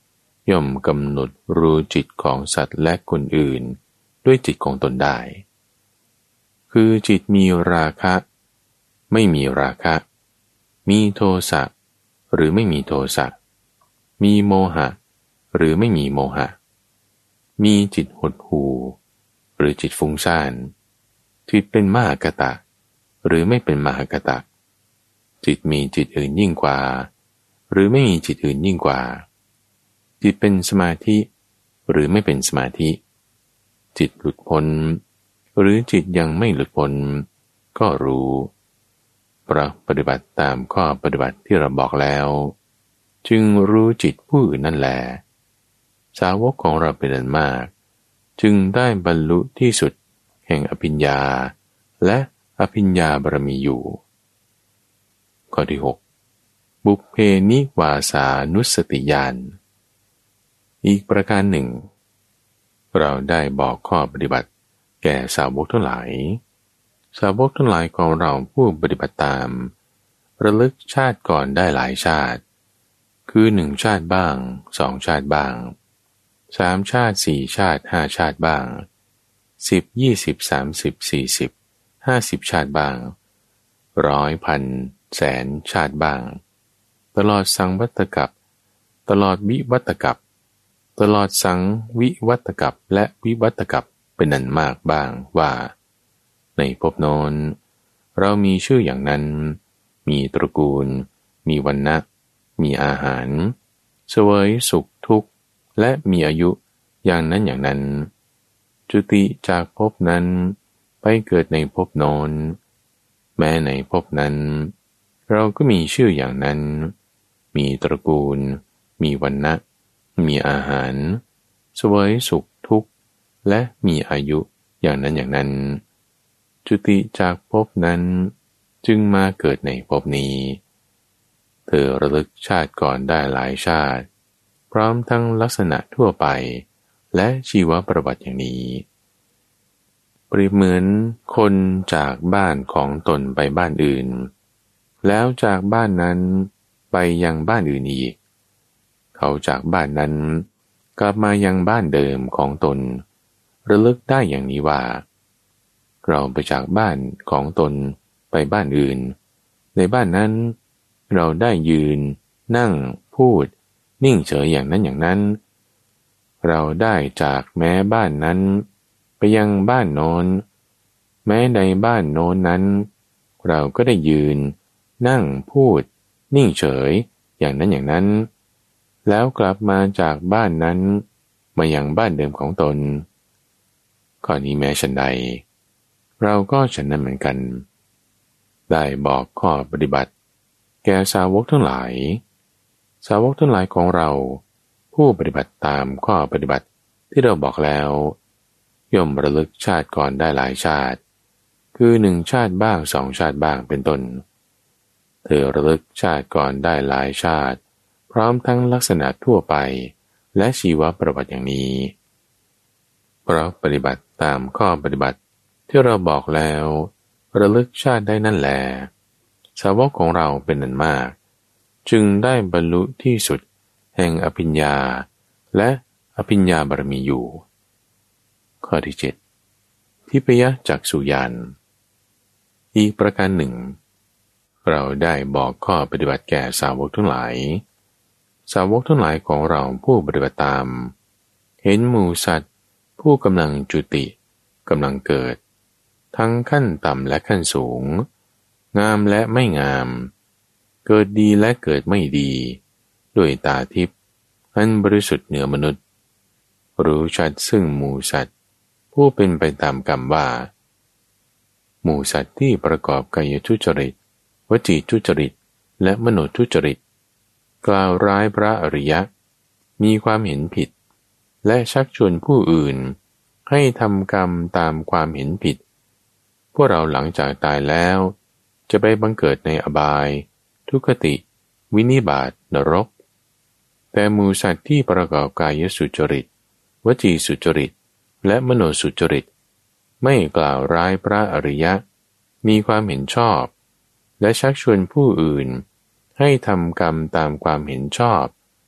ย่อมกำหนดรู้จิตของสัตว์และคนอื่นด้วยจิตของตนได้คือจิตมีราคะไม่มีราคะมีโทสะหรือไม่มีโทสะมีโมหะหรือไม่มีโมหะมีจิตหดหู่หรือจิตฟุ้งซ่านจิตเป็นมหากตะหรือไม่เป็นมหากตะจิตมีจิตอื่นยิ่งกว่าหรือไม่มีจิตอื่นยิ่งกว่าจิตเป็นสมาธิหรือไม่เป็นสมาธิจิตหลุดพ้นหรือจิตยังไม่หลุดพ้นก็รู้เพราะปฏิบัติตามข้อปฏิบัติที่เราบอกแล้วจึงรู้จิตผู้อื่นนั่นแหละสาวกของเราเป็นอันมากจึงได้บรรลุที่สุดแห่งอภิญญาและอภิญญาบารมีอยู่ข้อที่หกบุพเพนิวาสานุสติญาณอีกประการหนึ่งเราได้บอกข้อปฏิบัติแก่สาวกทั้งหลายสาวกทั้งหลายของเราผู้ปฏิบัติตามระลึกชาติก่อนได้หลายชาติคือหนึ่งชาติบ้างสองชาติบ้างสามชาติสี่ชาติห้าชาติบ้างสิบยี่สิบสามสิบสี่สิบห้าสิบชาติบ้างร้อยพันแสนชาติบ้างตลอดสังวัตกัปตลอดวิวัตกัปตลอดสังวิวัตกัปและวิวัตกัปเป็นนันมากบ้างว่าในภพโน้นเรามีชื่ออย่างนั้นมีตระกูลมีวรรณะมีอาหารเสวยสุขทุกข์และมีอายุอย่างนั้นอย่างนั้นจุติจากภพนั้นไปเกิดในภพโน้นแม้ในภพนั้นเราก็มีชื่ออย่างนั้นมีตระกูลมีวรรณะมีอาหารเสวยสุขทุกข์และมีอายุอย่างนั้นอย่างนั้นจุติจากภพนั้นจึงมาเกิดในภพนี้เธอระลึกชาติก่อนได้หลายชาติพร้อมทั้งลักษณะทั่วไปและชีวประวัติอย่างนี้เปรียบเหมือนคนจากบ้านของตนไปบ้านอื่นแล้วจากบ้านนั้นไปยังบ้านอื่นอีกเขาจากบ้านนั้นกลับมายังบ้านเดิมของตนระลึกได้อย่างนี้ว่าเราไปจากบ้านของตนไปบ้านอื่นในบ้านนั้นเราได้ยืนนั่งพูดนิ่งเฉยอย่างนั้นอย่างนั้นเราได้จากแม้บ้านนั้นไปยังบ้านโน้นแม้ในบ้านโน้นนั้นเราก็ได้ยืนนั่งพูดนิ่งเฉยอย่างนั้นอย่างนั้นแล้วกลับมาจากบ้านนั้นมายังบ้านเดิมของตนข้อนี้แม้ฉันใดเราก็ฉันนั้นเหมือนกันได้บอกข้อปฏิบัติแก่สาวกทั้งหลายสาวกทั้งหลายของเราผู้ปฏิบัติตามข้อปฏิบัติที่เราบอกแล้วย่อมระลึกชาติก่อนได้หลายชาติคือหนึ่งชาติบ้างสองชาติบ้างเป็นต้นเธอระลึกชาติก่อนได้หลายชาติพร้อมทั้งลักษณะทั่วไปและชีวประวัติอย่างนี้เพราะปฏิบัติตามข้อปฏิบัติที่เราบอกแล้วระลึกชาติได้นั่นแลสาวกของเราเป็นอันมากจึงได้บรรลุที่สุดแห่งอภิญญาและอภิญญาบารมีอยู่ข้อที่เจ็ดทิพยจักษุญาณอีกประการหนึ่งเราได้บอกข้อปฏิบัติแก่สาวกทั้งหลายสาวกทั้งหลายของเราผู้ปฏิบัติตามเห็นหมู่สัตว์ผู้กำลังจุติกำลังเกิดทั้งขั้นต่ำและขั้นสูงงามและไม่งามเกิดดีและเกิดไม่ดีด้วยตาทิพย์อันบริสุทธิ์เหนือมนุษย์รู้ชัดซึ่งหมู่สัตว์ผู้เป็นไปตามกรรมว่าหมู่สัตว์ที่ประกอบกายทุจริตวจีทุจริตและมโนทุจริตกล่าวร้ายพระอริยะมีความเห็นผิดและชักชวนผู้อื่นให้ทำกรรมตามความเห็นผิดพวกเราหลังจากตายแล้วจะไปบังเกิดในอบายทุกขติวินิบาตนรกแต่หมู่สัตว์ที่ประกอบกายสุจริตวจีสุจริตและมโนสุจริตไม่กล่าวร้ายพระอริยะมีความเห็นชอบและชักชวนผู้อื่นให้ทำกรรมตามความเห็นชอบ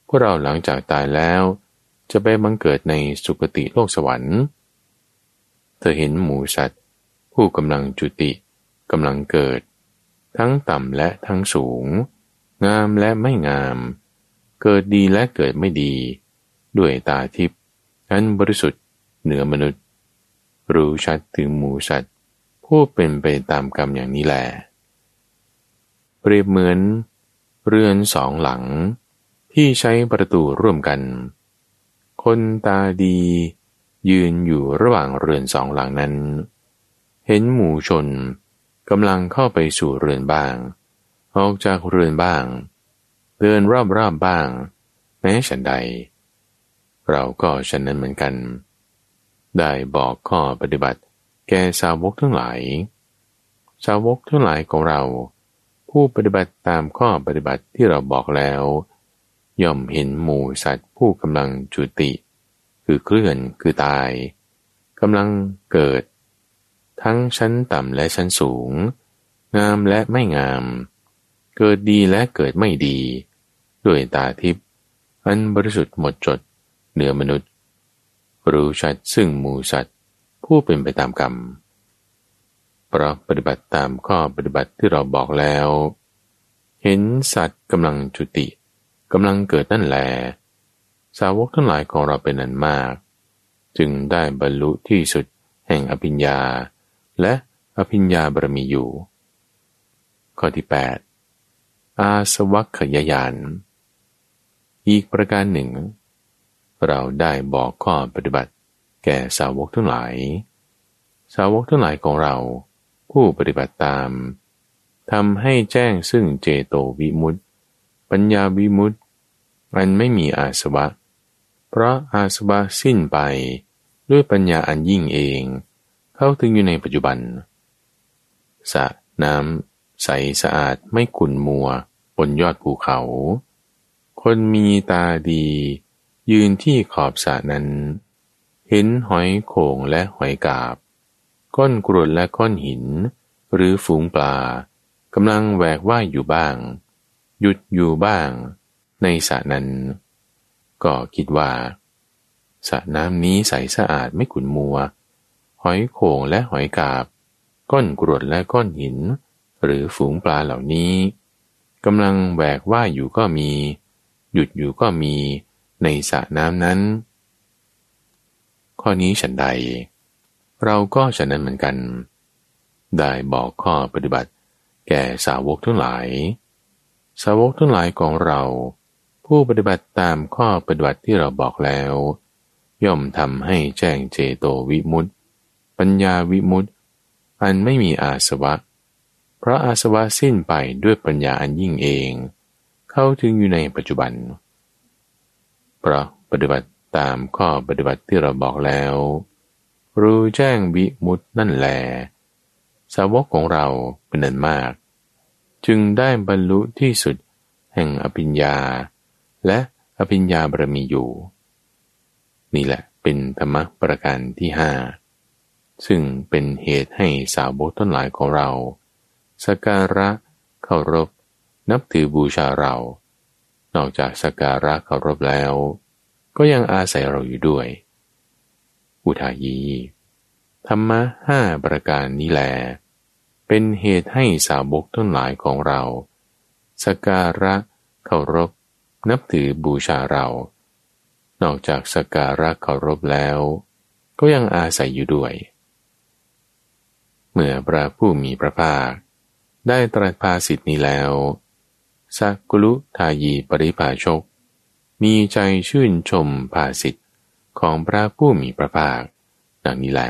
พวกเราหลังจากตายแล้วจะไปบังเกิดในสุคติโลกสวรรค์เธอเห็นหมู่สัตว์ผู้กำลังจุติกำลังเกิดทั้งต่ำและทั้งสูงงามและไม่งามเกิดดีและเกิดไม่ดีด้วยตาทิพย์อันบริสุทธิ์เหนือมนุษย์รู้ชัดถึงหมู่สัตว์ผู้เป็นไปตามกรรมอย่างนี้แลเปรียบเหมือนเรือนสองหลังที่ใช้ประตูร่วมกันคนตาดียืนอยู่ระหว่างเรือนสองหลังนั้นเห็นหมู่ชนกำลังเข้าไปสู่เรือนบ้างออกจากเรือนบ้างเดินรอบๆ บบ้างแม้ฉันใดเราก็ฉันนั้นเหมือนกันได้บอกข้อปฏิบัติแก่สาวกทั้งหลายสาวกทั้งหลายของเราผู้ปฏิบัติตามข้อปฏิบัติที่เราบอกแล้วย่อมเห็นหมู่สัตว์ผู้กำลังจุติคือเคลื่อนคือตายกำลังเกิดทั้งชั้นต่ำและชั้นสูงงามและไม่งามเกิดดีและเกิดไม่ดีด้วยตาทิพย์อันบริสุทธิ์หมดจดเหนือมนุษย์รู้ชัดซึ่งหมู่สัตว์ผู้เป็นไปตามกรรมเพราะปฏิบัติตามข้อปฏิบัติที่เราบอกแล้วเห็นสัตว์กำลังจุติกำลังเกิดนั่นแลสาวกทั้งหลายของเราเป็นอันมากจึงได้บรรลุที่สุดแห่งอภิญญาและอภิญญาบารมีอยู่ข้อที่แปดอาสวัคขยญาณอีกประการหนึ่งเราได้บอกข้อปฏิบัติแก่สาวกทั้งหลายสาวกทั้งหลายของเราผู้ปฏิบัติตามทำให้แจ้งซึ่งเจโตวิมุตติปัญญาวิมุตติอันไม่มีอาสวะเพราะอาสวะสิ้นไปด้วยปัญญาอันยิ่งเองเข้าถึงอยู่ในปัจจุบันสระน้ำใสสะอาดไม่ขุ่นมัวบนยอดภูเขาคนมีตาดียืนที่ขอบสระนั้นเห็นหอยโข่งและหอยกาบก้อนกรวดและก้อนหินหรือฝูงปลากำลังแหวกว่ายอยู่บ้างหยุดอยู่บ้างในสระนั้นก็คิดว่าสระน้ำนี้ใสสะอาดไม่ขุ่นมัวหอยโข่งและหอยกาบก้อนกรวดและก้อนหินหรือฝูงปลาเหล่านี้กำลังแหวกว่ายอยู่ก็มีหยุดอยู่ก็มีในสระน้ำนั้นข้อนี้ฉันใดเราก็ฉันนั้นเหมือนกันได้บอกข้อปฏิบัติแก่สาวกทั้งหลายสาวกทั้งหลายของเราผู้ปฏิบัติตามข้อปฏิบัติที่เราบอกแล้วย่อมทำให้แจ้งเจโตวิมุตติปัญญาวิมุตติอันไม่มีอาสวะเพราะอาสวะสิ้นไปด้วยปัญญาอันยิ่งเองเข้าถึงอยู่ในปัจจุบันเพราะปฏิบัติตามข้อปฏิบัติที่เราบอกแล้วรู้แจ้งวิมุตตินั่นแลสาวกของเราเป็นอันมากจึงได้บรรลุที่สุดแห่งอภิญญาและอภิญญาบารมีอยู่นี่แหละเป็นธรรมะประการที่ห้าซึ่งเป็นเหตุให้สาวกทั้งหลายของเราสักการะเคารพนับถือบูชาเรานอกจากสักการะเคารพแล้วก็ยังอาศัยเราอยู่ด้วยอุทายีธรรมะห้าประการนี้แลเป็นเหตุให้สาวกทั้งหลายของเราสักการะเคารพนับถือบูชาเรานอกจากสักการะเคารพแล้วก็ยังอาศัยอยู่ด้วยเมื่อพระผู้มีพระภาคได้ตรัสภาษิตนี้แล้วสักกุลุทายีปริภาชกมีใจชื่นชมภาษิตของพระผู้มีพระภาคดังนี้แล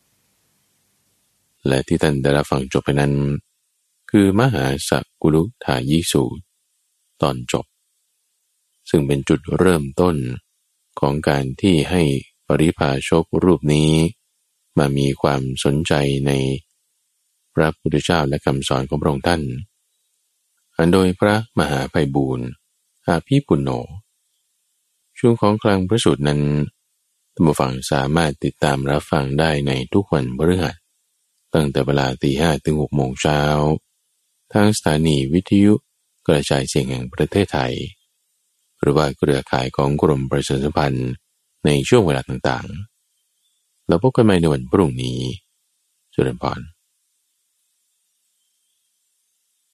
และที่ท่านได้รับฟังจบไปนั้นคือมหาสักกุลุทายีสูตรตอนจบซึ่งเป็นจุดเริ่มต้นของการที่ให้ปริภาชกรูปนี้มามีความสนใจในพระพุทธเจ้าและคำสอนของพระองค์ท่านอันโดยพระมหาไพบูลย์อาภิปุณโญช่วงของคลังพระสูตรนั้นท่านผู้ฟังสามารถติดตามรับฟังได้ในทุกวันพฤหัสตั้งแต่เวลาตีห้าถึงหกโมงเช้าทางสถานีวิทยุกระจายเสียงแห่งประเทศไทยหรือว่าเครือข่ายของกรมประชาสัมพันธ์ในช่วงเวลาต่างๆแล้วพบกันใหม่ในวันพรุ่งนี้เจริญพร